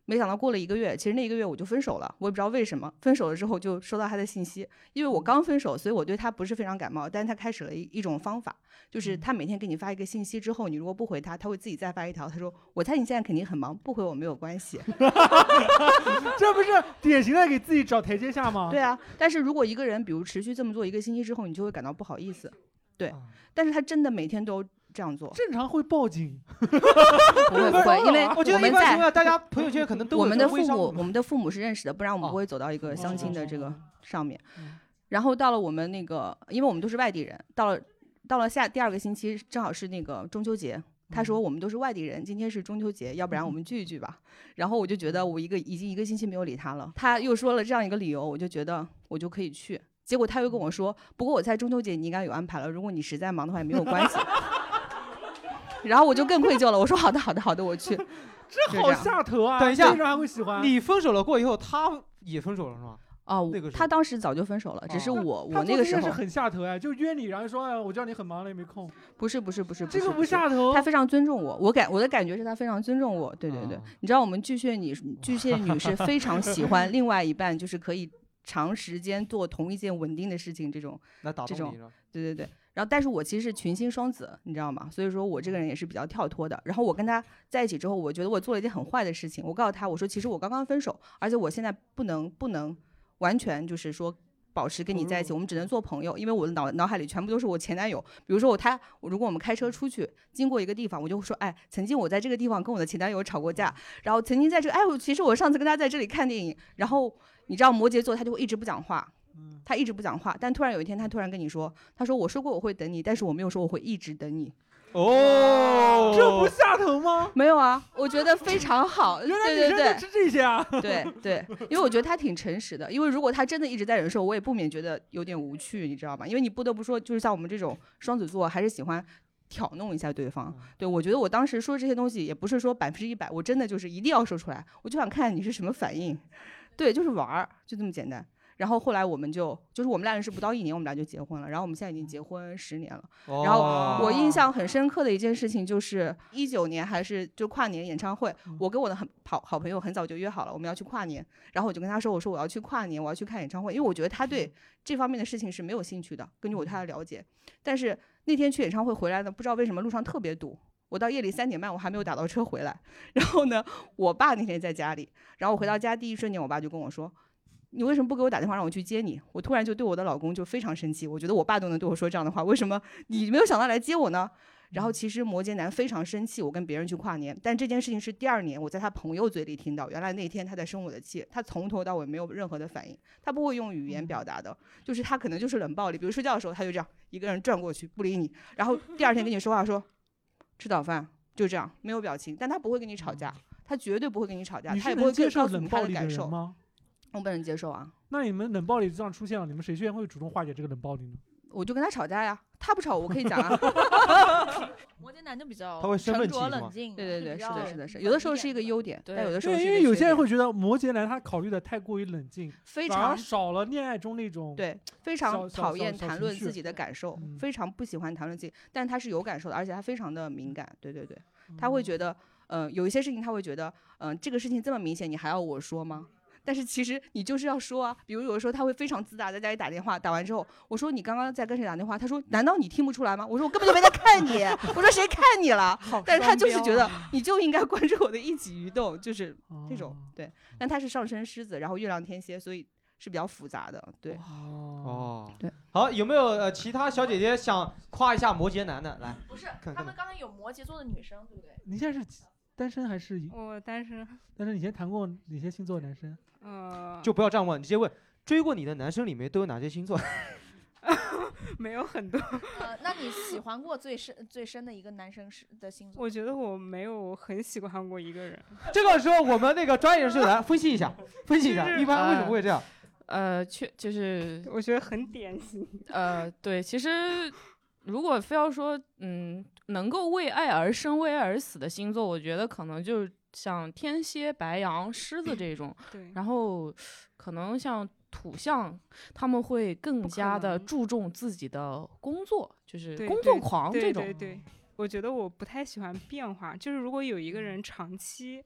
没想到过了一个月，其实那一个月我就分手了，我也不知道为什么。分手了之后就收到他的信息，因为我刚分手，所以我对他不是非常感冒。但是他开始了一一种方法，就是他每天给你发一个信息之后，你如果不回他，他会自己再发一条，他说：“我猜你现在肯定很忙，不回我没有关系。” 这不是典型的给自己找台阶下吗？ 对啊，但是如果一个人比如持续这么做一个星期之后，你就会感到不好意思。对，但是他真的每天都这样做， 正常会报警。 不会不会，因为我觉得一般情况下，大家朋友圈可能都有我们的父微商母，我们的父母是认识的，不然我们不会走到一个相亲的这个上面。然后到了我们那个，因为我们都是外地人，到了到了下第二个星期，正好是那个中秋节。他说我们都是外地人，今天是中秋节，要不然我们聚一聚吧。然后我就觉得我一个已经一个星期没有理他了，他又说了这样一个理由，我就觉得我就可以去。结果他又跟我说，不过我在中秋节你应该有安排了，如果你实在忙的话也没有关系。然后我就更愧疚了，我说好的好的好的，我去。 这好下头啊！ 等一下， 为什么还会喜欢？ 你分手了过以后，他也分手了是吗？ 哦， 那个他当时早就分手了，只是我我那个时候是很下头哎，就约你，然后说哎，我知道你很忙了，也没空。 不是不是不是， 这个不下头。 他非常尊重我，我感我的感觉是他非常尊重我。对对对，你知道我们巨蟹女巨蟹女是非常喜欢另外一半，就是可以长时间做同一件稳定的事情，这种这种对对对。然后，但是我其实是群星双子，你知道吗？所以说我这个人也是比较跳脱的。然后我跟他在一起之后，我觉得我做了一件很坏的事情。我告诉他，我说其实我刚刚分手，而且我现在不能不能完全就是说保持跟你在一起，我们只能做朋友，因为我的脑脑海里全部都是我前男友。比如说我他，如果我们开车出去经过一个地方，我就会说，哎，曾经我在这个地方跟我的前男友吵过架，然后曾经在这个，哎，其实我上次跟他在这里看电影。然后你知道摩羯座他就会一直不讲话。他一直不讲话，但突然有一天，他突然跟你说：“他说我说过我会等你，但是我没有说我会一直等你。” 哦， 这不下头吗？ 没有啊，我觉得非常好。 原来女生在吃这些啊？ 对对，因为我觉得他挺诚实的。因为如果他真的一直在忍受，我也不免觉得有点无趣，你知道吗？因为你不得不说，就是像我们这种双子座，还是喜欢挑弄一下对方。对，我觉得我当时说这些东西也不是说百分之一百，我真的就是一定要说出来，我就想看你是什么反应。对，就是玩儿，就这么简单。然后后来我们就就是我们俩认识不到一年，我们俩就结婚了。然后我们现在已经结婚十年了。 哦、 然后我印象很深刻的一件事情就是一九年还是就跨年演唱会，我跟我的很好好朋友很早就约好了我们要去跨年。然后我就跟他说，我说我要去跨年，我要去看演唱会，因为我觉得他对这方面的事情是没有兴趣的，根据我对他的了解。但是那天去演唱会回来呢，不知道为什么路上特别堵。我到夜里三点半，我还没有打到车回来。然后呢，我爸那天在家里，然后我回到家第一瞬间，我爸就跟我说，你为什么不给我打电话让我去接你？我突然就对我的老公就非常生气，我觉得我爸都能对我说这样的话，为什么你没有想到来接我呢？然后其实摩羯男非常生气，我跟别人去跨年，但这件事情是第二年我在他朋友嘴里听到，原来那天他在生我的气，他从头到尾没有任何的反应，他不会用语言表达的，就是他可能就是冷暴力，比如睡觉的时候他就这样一个人转过去不理你，然后第二天跟你说话说吃早饭，就这样没有表情，但他不会跟你吵架，他绝对不会跟你吵架，他也不会告诉你他的感受吗？ 我不能接受啊。 那你们冷暴力这样出现了，你们谁先会主动化解这个冷暴力呢？ 我就跟他吵架呀，他不吵我可以讲啊。 摩羯男就比较他会生闷气沉着冷静， 对对对，是的，是的，是有的时候是一个优点，但有的时候是因为有些人会觉得摩羯男他考虑的太过于冷静， 非常少了恋爱中那种对，非常讨厌谈论自己的感受，非常不喜欢谈论自己，但他是有感受的，而且他非常的敏感，对对对，他会觉得，嗯、呃，有一些事情他会觉得，嗯、呃，这个事情这么明显，你还要我说吗？但是其实你就是要说啊，比如有的时候他会非常自大，在家里打电话，打完之后，我说你刚刚在跟谁打电话？他说难道你听不出来吗？我说我根本就没在看你，我说谁看你了？但是他就是觉得你就应该关注我的一举一动，就是这种、哦、对。但他是上升狮子，然后月亮天蝎，所以是比较复杂的，对。 哦， 对。 好，有没有呃其他小姐姐想夸一下摩羯男的？来， 不是，他们刚才有摩羯座的女生，对不对？ 你现在是单身还是？ 我单身。 但是你以前谈过哪些星座的男生？ 呃， 就不要这样问，你直接问追过你的男生里面都有哪些星座？ 没有很多。 呃，那你喜欢过最深最深的一个男生是的星座？ 我觉得我没有很喜欢过一个人。 这个时候我们那个专业人士来分析一下，分析一下，一般为什么会这样？ 呃，确就是我觉得很典型。 呃，对，其实如果非要说，嗯，能够为爱而生、为爱而死的星座，我觉得可能就是像天蝎、白羊、狮子这种。 对。 然后可能像土象，他们会更加的注重自己的工作，就是工作狂这种。 对对对，我觉得我不太喜欢变化，就是如果有一个人长期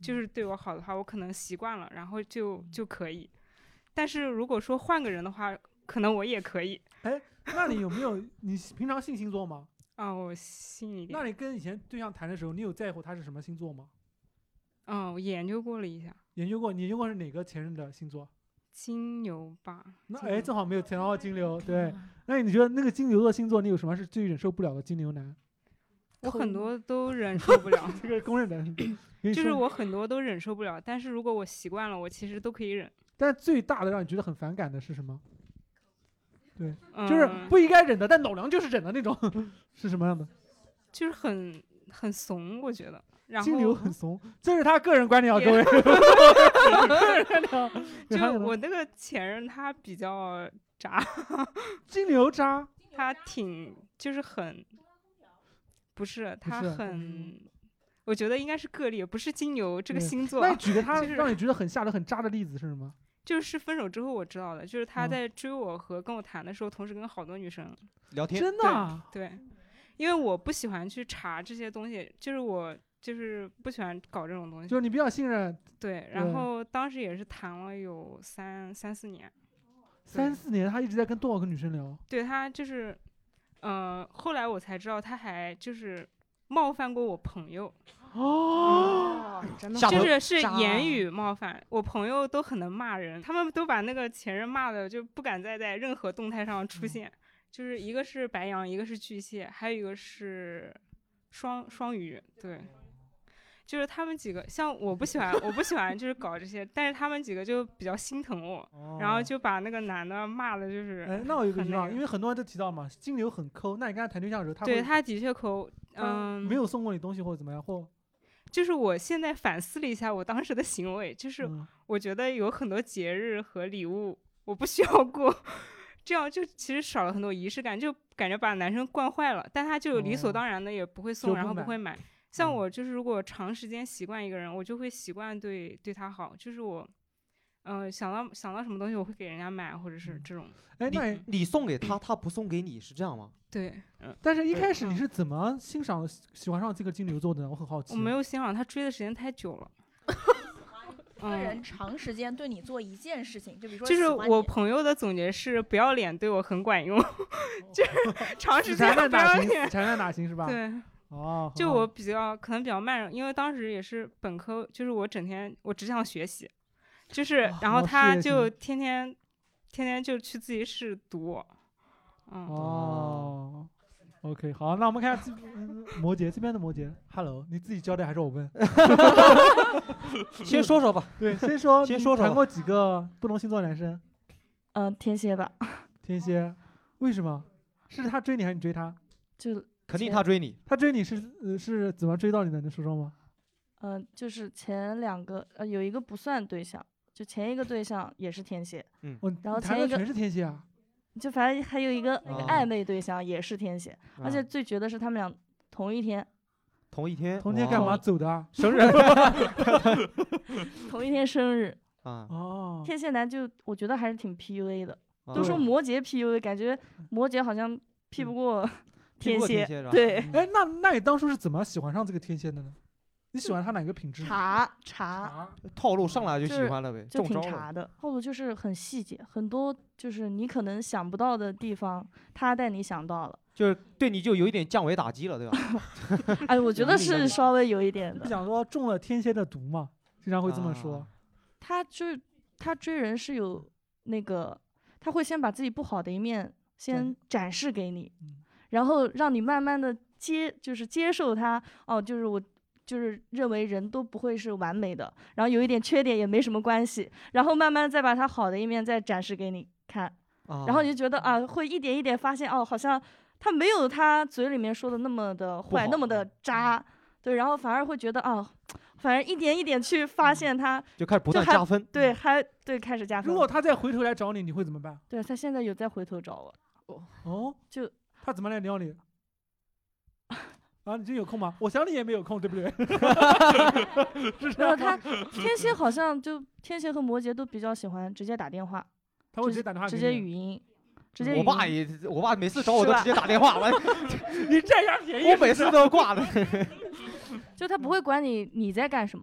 就是对我好的话，我可能习惯了，然后就就可以。但是如果说换个人的话，可能我也可以。 哎，那你有没有你平常信星座吗？ 啊、哦，我信一点。 那你跟以前对象谈的时候，你有在乎他是什么星座吗？ 嗯，我研究过了一下。 研究过，你研究过是哪个前任的星座？ 金牛吧。 那哎，正好没有谈到金牛。对，那你觉得那个金牛座星座，你有什么是最忍受不了的金牛男？ 我很多都忍受不了， 这个公认的。 就是我很多都忍受不了，但是如果我习惯了，我其实都可以忍。 但最大的让你觉得很反感的是什么？对， 嗯、 就是不应该忍的，但老娘就是忍的那种，是什么样的？ 就是很很怂，我觉得。然后金牛很怂，这是他个人观点啊，各位。 就我那个前任他比较渣。 金牛渣？ 他挺就是很，不是他很。我觉得应该是个例，不是金牛这个星座。 那你举个他就是让你觉得很吓得很渣的例子是什么？ 就是分手之后我知道的，就是他在追我和跟我谈的时候，嗯、同时跟好多女生聊天。 真的、啊对？对，因为我不喜欢去查这些东西，就是我就是不喜欢搞这种东西。 就是你比较信任。 对，然后当时也是谈了有三三四年。 三四年，他一直在跟多少个女生聊？ 对，他就是，呃，后来我才知道他还就是冒犯过我朋友。 哦，嗯、真的就是是言语冒犯，我朋友都很能骂人，他们都把那个前任骂的就不敢再在任何动态上出现。嗯、就是一个是白羊，一个是巨蟹，还有一个是双双鱼，对。就是他们几个，像我不喜欢，我不喜欢就是搞这些，但是他们几个就比较心疼我，哦、然后就把那个男的骂的就是。 哎，那我有个疑问，因为很多人都提到嘛，金牛很抠，那你跟他谈对象的时候，他对他的确抠，嗯， 没有送过你东西或者怎么样，或。 就是我现在反思了一下我当时的行为，就是我觉得有很多节日和礼物我不需要过，这样就其实少了很多仪式感，就感觉把男生惯坏了，但他就理所当然的也不会送，哦、然后不会买。像我就是如果长时间习惯一个人，我就会习惯对对他好，就是我，呃，想到想到什么东西我会给人家买，或者是这种。 哎，那你你送给他，他不送给你，是这样吗？ 对， 嗯。但是一开始你是怎么欣赏、喜欢上这个金牛座的呢？我很好奇。 我没有欣赏他，追的时间太久了。 一个人长时间对你做一件事情，就比如说， 就是我朋友的总结是不要脸对我很管用，就是长时间不要脸， 缠在哪行是吧？ 对。 哦， 就我比较可能比较慢热，因为当时也是本科，就是我整天我只想学习，就是然后他就天天天天就去自习室读，嗯。 哦 ，OK， 好，那我们看下摩羯这边的摩羯 ，Hello， 你自己交代还是我问？ 先说说吧， 对，先说， 先说说。 谈过几个不同星座男生？ 嗯、呃，天蝎吧。 天蝎，为什么？是他追你还是你追他？ 就。 肯定他追你， 他追你是呃是怎么追到你的？能说说吗？ 嗯、呃，就是前两个呃有一个不算对象，就前一个对象也是天蝎， 嗯， 然后前一个全是天蝎啊， 就反正还有一个那个暧昧对象也是天蝎， 哦、 而且最绝的是他们俩同一天， 同一天， 同一天干嘛走的啊？生日， 同一天生日啊， 哦， 天蝎男就我觉得还是挺 P U A 的， 哦、 都说摩羯 P U A， 感觉摩羯好像 P 不过。天蝎， 天蝎对， 哎，那那你当初是怎么喜欢上这个天蝎的呢？你喜欢他哪个品质？ 茶茶套路上来就喜欢了呗， 就挺茶的。套路就是很细节，很多就是你可能想不到的地方，他带你想到了， 就是对你就有一点降维打击了，对吧？ 哎，我觉得是稍微有一点的。 你想说中了天蝎的毒嘛？经常会这么说。 啊、他就是他追人是有那个，他会先把自己不好的一面先展示给你。嗯，然后让你慢慢的接，就是接受他，哦，就是我，就是认为人都不会是完美的，然后有一点缺点也没什么关系，然后慢慢再把他好的一面再展示给你看， 哦、 然后你就觉得啊，会一点一点发现，哦，好像他没有他嘴里面说的那么的坏，那么的渣，对，然后反而会觉得啊，反正一点一点去发现他，嗯、 就开始不断加分， 对，还对开始加分。 如果他再回头来找你，你会怎么办？ 对他现在有再回头找我， 哦哦， 就。 他怎么来撩你？啊，你真有空吗？我想你也没有空，对不对？ 然后他天蝎好像就天蝎和摩羯都比较喜欢直接打电话， 他会直接打电话， 直接语音，直接语音。 我爸也，我爸每次找我都直接打电话，我你占人便宜， 我每次都挂了。 就他不会管你你在干什么，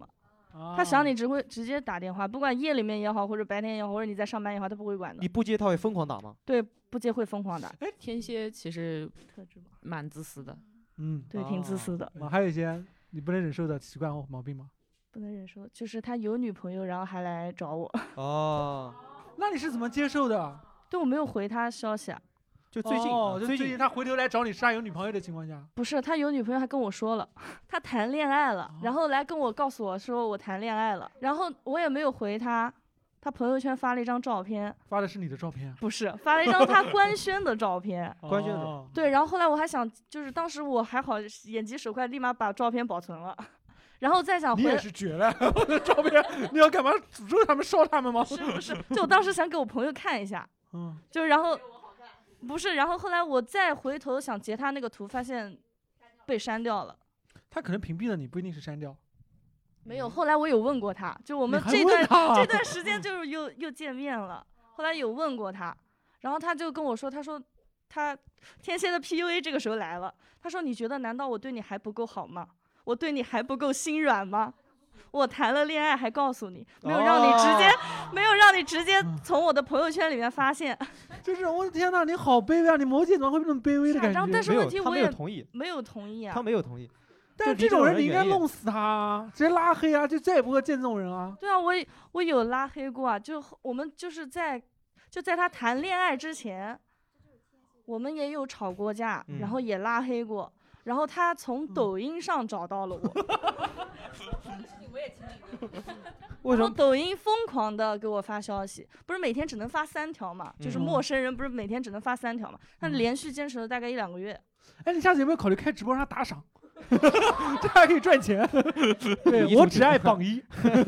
他想你只会直接打电话，不管夜里面也好，或者白天也好，或者你在上班也好，他不会管的。 你不接他会疯狂打吗？ 对，不接会疯狂打。 哎，天蝎其实蛮自私的。 嗯， 对，挺自私的。 啊，还有一些你不能忍受的习惯或毛病吗？ 不能忍受，就是他有女朋友，然后还来找我。 哦， 那你是怎么接受的？ 对，我没有回他消息啊。 就最近， 哦， 最近最近他回头来找你是他有女朋友的情况下。 不是，他有女朋友，还跟我说了，他谈恋爱了，然后来跟我告诉我说我谈恋爱了，然后我也没有回他。他朋友圈发了一张照片， 发的是你的照片？ 不是，发了一张他官宣的照片。 官宣的。 对，然后后来我还想，就是当时我还好眼疾手快，立马把照片保存了。然后再想回， 你也是绝了！我的照片，你要干嘛？诅咒他们，烧他们吗？ 是不是？就我当时想给我朋友看一下， 嗯， 就然后，不是，然后后来我再回头想截他那个图，发现被删掉了。 他可能屏蔽了你，不一定是删掉。 没有，后来我有问过他，就我们这段这段时间就是又又见面了，后来有问过他，然后他就跟我说，他说他天蝎的 P U A 这个时候来了，他说你觉得难道我对你还不够好吗？我对你还不够心软吗？我谈了恋爱还告诉你，没有让你直接，哦、没有让你直接从我的朋友圈里面发现。 就是我的天哪，你好卑微啊！你摩羯怎么会这么卑微的感觉？ 然后但是问题我也没有同意， 没有同意啊。 他没有同意。 但是这种人你应该弄死他啊，直接拉黑啊，就再也不会见这种人啊。 对啊，我我有拉黑过啊，就我们就是在就在他谈恋爱之前，我们也有吵过架， 嗯、 然后也拉黑过。然后他从抖音上找到了我， 为什么？ 然后抖音疯狂的给我发消息，不是每天只能发三条嘛？ 嗯、 就是陌生人不是每天只能发三条嘛？他连续坚持了大概一两个月。 哎，你下次有没有考虑开直播让他打赏？这还可以赚钱。对，我只爱榜一。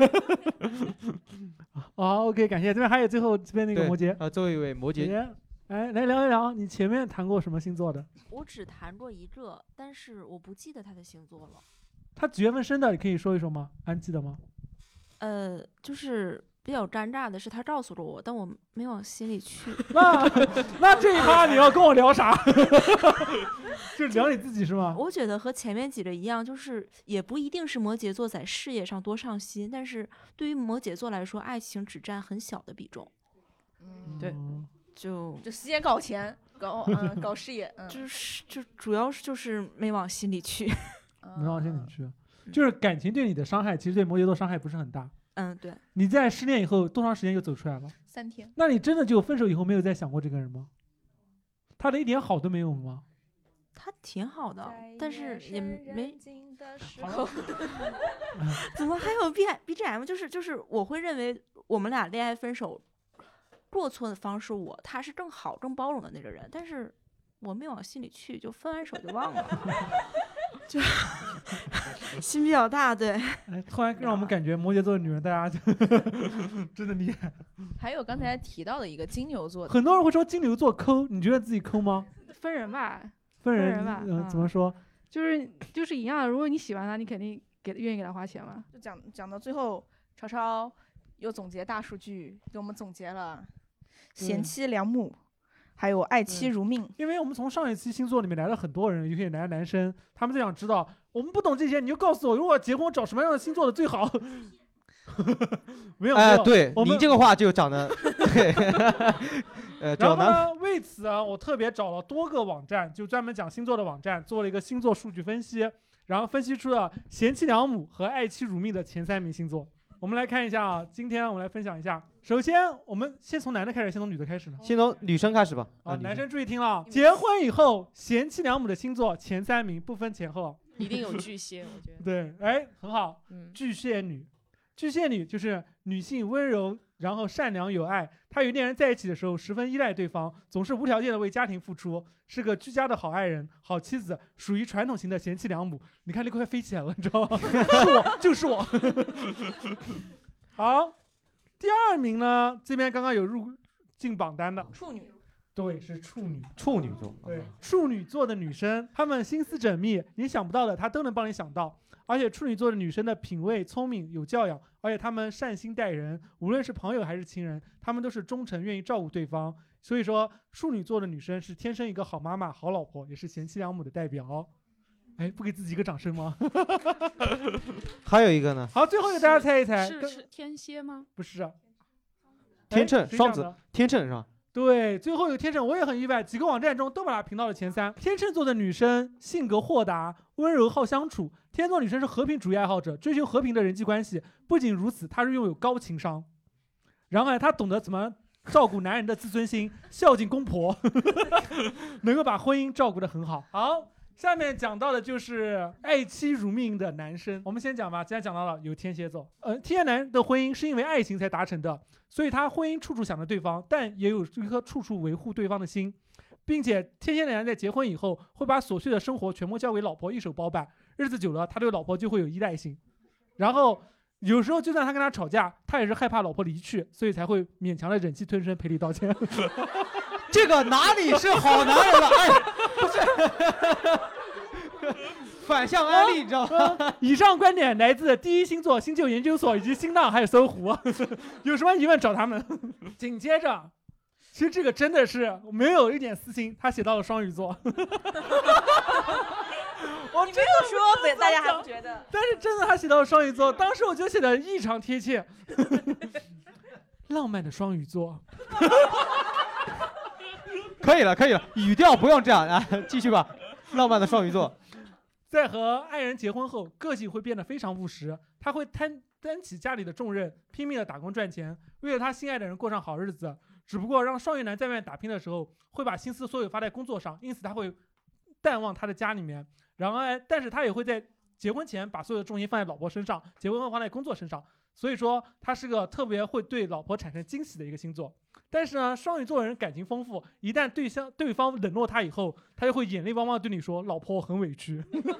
好 ，OK， 感谢。这边还有最后这边那个摩羯， 啊，最后一位摩羯。 哎，来聊一聊，你前面谈过什么星座的？ 我只谈过一个，但是我不记得他的星座了。 他几月份生的？你可以说一说吗？安记得吗？ 呃，就是比较尴尬的是，他告诉了我，但我没往心里去。 那那这一趴你要跟我聊啥？就聊你自己是吗？ 我觉得和前面几个一样，就是也不一定是摩羯座在事业上多上心，但是对于摩羯座来说，爱情只占很小的比重。 嗯， 对。就就先搞钱，搞嗯搞事业，嗯， 就是就主要是就是没往心里去， 没往心里去，就是感情对你的伤害，其实对摩羯座伤害不是很大。 嗯，对。 你在失恋以后多长时间就走出来了？ 三天。 那你真的就分手以后没有再想过这个人吗？他的一点好都没有吗？ 他挺好的，但是也没。 好怎么还有 B B G M？ 就是就是我会认为我们俩恋爱分手。过错的方是我，他是更好、更包容的那个人，但是我没往心里去，就分完手就忘了，就心比较大，对。 哎，突然让我们感觉摩羯座的女人，大家就真的厉害。 还有刚才提到的一个金牛座， 很多人会说金牛座抠，你觉得自己抠吗？ 分人吧， 分人, 分人吧， 嗯，怎么说？ 就是就是一样的，如果你喜欢他，你肯定给愿意给他花钱嘛。 就讲讲到最后，超超又总结大数据，给我们总结了。贤妻良母，还有爱妻如命。 因为我们从上一期星座里面来了很多人，有些来男生，他们就想知道，我们不懂这些，你就告诉我，如果结婚找什么样的星座的最好？没有， 哎、呃，对你这个话就讲的，对。呃， 然后呢，为此啊，我特别找了多个网站，就专门讲星座的网站，做了一个星座数据分析，然后分析出了贤妻良母和爱妻如命的前三名星座。我们来看一下啊，今天我们来分享一下。首先，我们先从男的开始，先从女的开始呢？ 先从女生开始吧。 啊，男生注意听了，结婚以后贤妻良母的星座前三名不分前后， 一定有巨蟹，我觉得。 对，哎，很好。 嗯， 巨蟹女，巨蟹女就是女性温柔，然后善良有爱。她与恋人在一起的时候，十分依赖对方，总是无条件的为家庭付出，是个居家的好爱人、好妻子，属于传统型的贤妻良母。你看，那快飞起来了，你知道吗？是我，就是我。好，第二名呢，这边刚刚有入进榜单的处女， 对，是处女， 处女座， 对，处女座的女生，她们心思缜密，你想不到的她都能帮你想到，而且处女座的女生的品味聪明有教养，而且她们善心待人，无论是朋友还是亲人，她们都是忠诚，愿意照顾对方，所以说处女座的女生是天生一个好妈妈、好老婆，也是贤妻良母的代表。 哎，不给自己一个掌声吗？ 还有一个呢？ 好，最后给大家猜一猜， 是是天蝎吗？ 不是， 天秤、双子，天秤是吧？ 对，最后有天秤，我也很意外，几个网站中都把它评到了前三。天秤座的女生性格豁达、温柔、好相处。天秤座女生是和平主义爱好者，追求和平的人际关系。不仅如此，她是拥有高情商，然后呢，她懂得怎么照顾男人的自尊心，孝敬公婆，能够把婚姻照顾得很好。好。下面讲到的就是爱妻如命的男生，我们先讲吧。今天讲到了有天蝎座，呃，天蝎男的婚姻是因为爱情才达成的，所以他婚姻处处想着对方，但也有一颗处处维护对方的心，并且天蝎男在结婚以后会把琐碎的生活全部交给老婆一手包办，日子久了，他对老婆就会有依赖性，然后有时候就算他跟他吵架，他也是害怕老婆离去，所以才会勉强的忍气吞声赔礼道歉。 这个哪里是好男人了？哎，不是，反向安利，你知道吗？ 以上观点来自第一星座新旧研究所以及新浪还有搜狐，有什么疑问找他们。紧接着，其实这个真的是没有一点私心，他写到了双鱼座。我你没有说，所以大家还不觉得？ 但是真的，他写到了双鱼座，当时我就写的异常贴切。浪漫的双鱼座。 可以了，可以了，语调不用这样啊，继续吧。浪漫的双鱼座， 在和爱人结婚后，个性会变得非常务实，他会担担起家里的重任，拼命的打工赚钱，为了他心爱的人过上好日子。只不过让双鱼男在外面打拼的时候，会把心思所有发在工作上，因此他会淡忘他的家里面。然而，但是他也会在结婚前把所有的重心放在老婆身上，结婚后放在工作身上。所以说，他是个特别会对老婆产生惊喜的一个星座。但是呢，双鱼座人感情丰富，一旦对象对方冷落他以后，他就会眼泪汪汪对你说：“老婆，我很委屈。”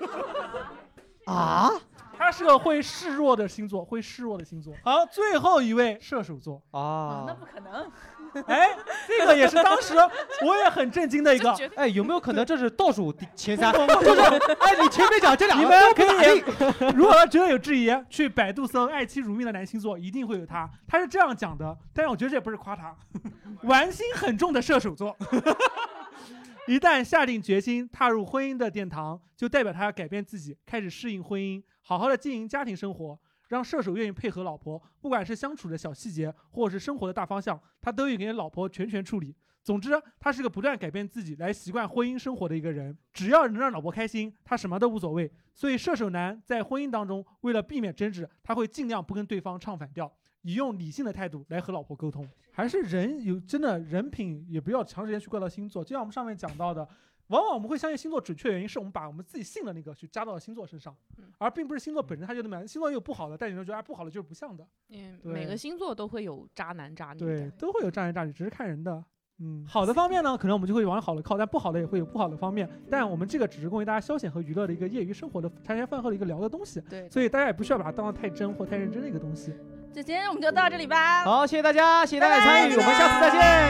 啊， 他是个会示弱的星座，会示弱的星座。好，最后一位射手座啊， 那不可能。 哎，这个也是当时我也很震惊的一个。 哎，有没有可能这是倒数前三？就是哎，你前面讲这两个， 你们可以，如果觉得有质疑，去百度搜“爱妻如命的男星座”，一定会有他。他是这样讲的，但是我觉得这也不是夸他，玩心很重的射手座。一旦下定决心踏入婚姻的殿堂，就代表他要改变自己，开始适应婚姻，好好的经营家庭生活。让射手愿意配合老婆，不管是相处的小细节，或者是生活的大方向，他都愿意给老婆全权处理。总之，他是个不断改变自己来习惯婚姻生活的一个人。只要能让老婆开心，他什么都无所谓。所以，射手男在婚姻当中，为了避免争执，他会尽量不跟对方唱反调，以用理性的态度来和老婆沟通。还是人有真的人品，也不要长时间去怪到星座。就像我们上面讲到的。往往我们会相信星座准确的原因是我们把我们自己信的那个去加到了星座身上，而并不是星座本身它就那么样。星座也有不好的，但你就觉得、啊、不好的就是不像的。 嗯，每个星座都会有渣男渣女的， 对，都会有渣男渣女，只是看人的。嗯，好的方面呢，可能我们就会往好了靠，但不好的也会有不好的方面。但我们这个只是供于大家消遣和娱乐的一个业余生活的茶余饭后的一个聊的东西。 对， 所以大家也不需要把它当得太真或太认真的一个东西。 就今天我们就到这里吧。 好，谢谢大家，谢谢大家的参与，我们下次再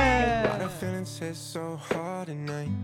见。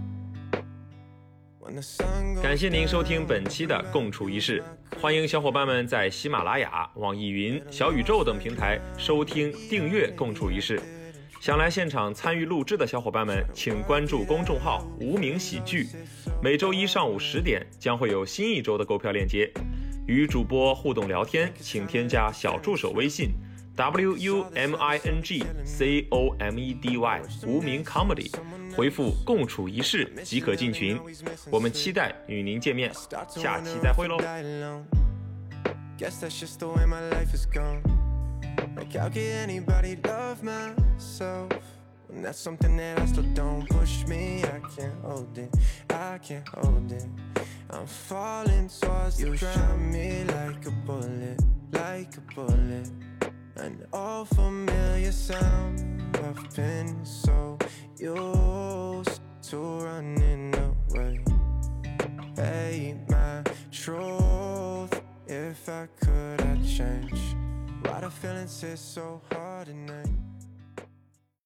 感谢您收听本期的共处一室，欢迎小伙伴们在喜马拉雅、网易云、小宇宙等平台收听、订阅共处一室。想来现场参与录制的小伙伴们，请关注公众号“无名喜剧”，每周一上午十点将会有新一周的购票链接。与主播互动聊天，请添加小助手微信 W U M I N G C O M E D Y 无名 comedy， 回复共处一室即可进群。我们期待与您见面，下期再会喽。Like how could anybody love myself when that's something that I still don't push me? I can't hold it, I can't hold it. I'm falling towards the ground. You shot me like a bullet, like a bullet. An old familiar sound. I've been so used to running away. Hey, my truth, if I could, I'd change. Why the feelings hit so hard tonight?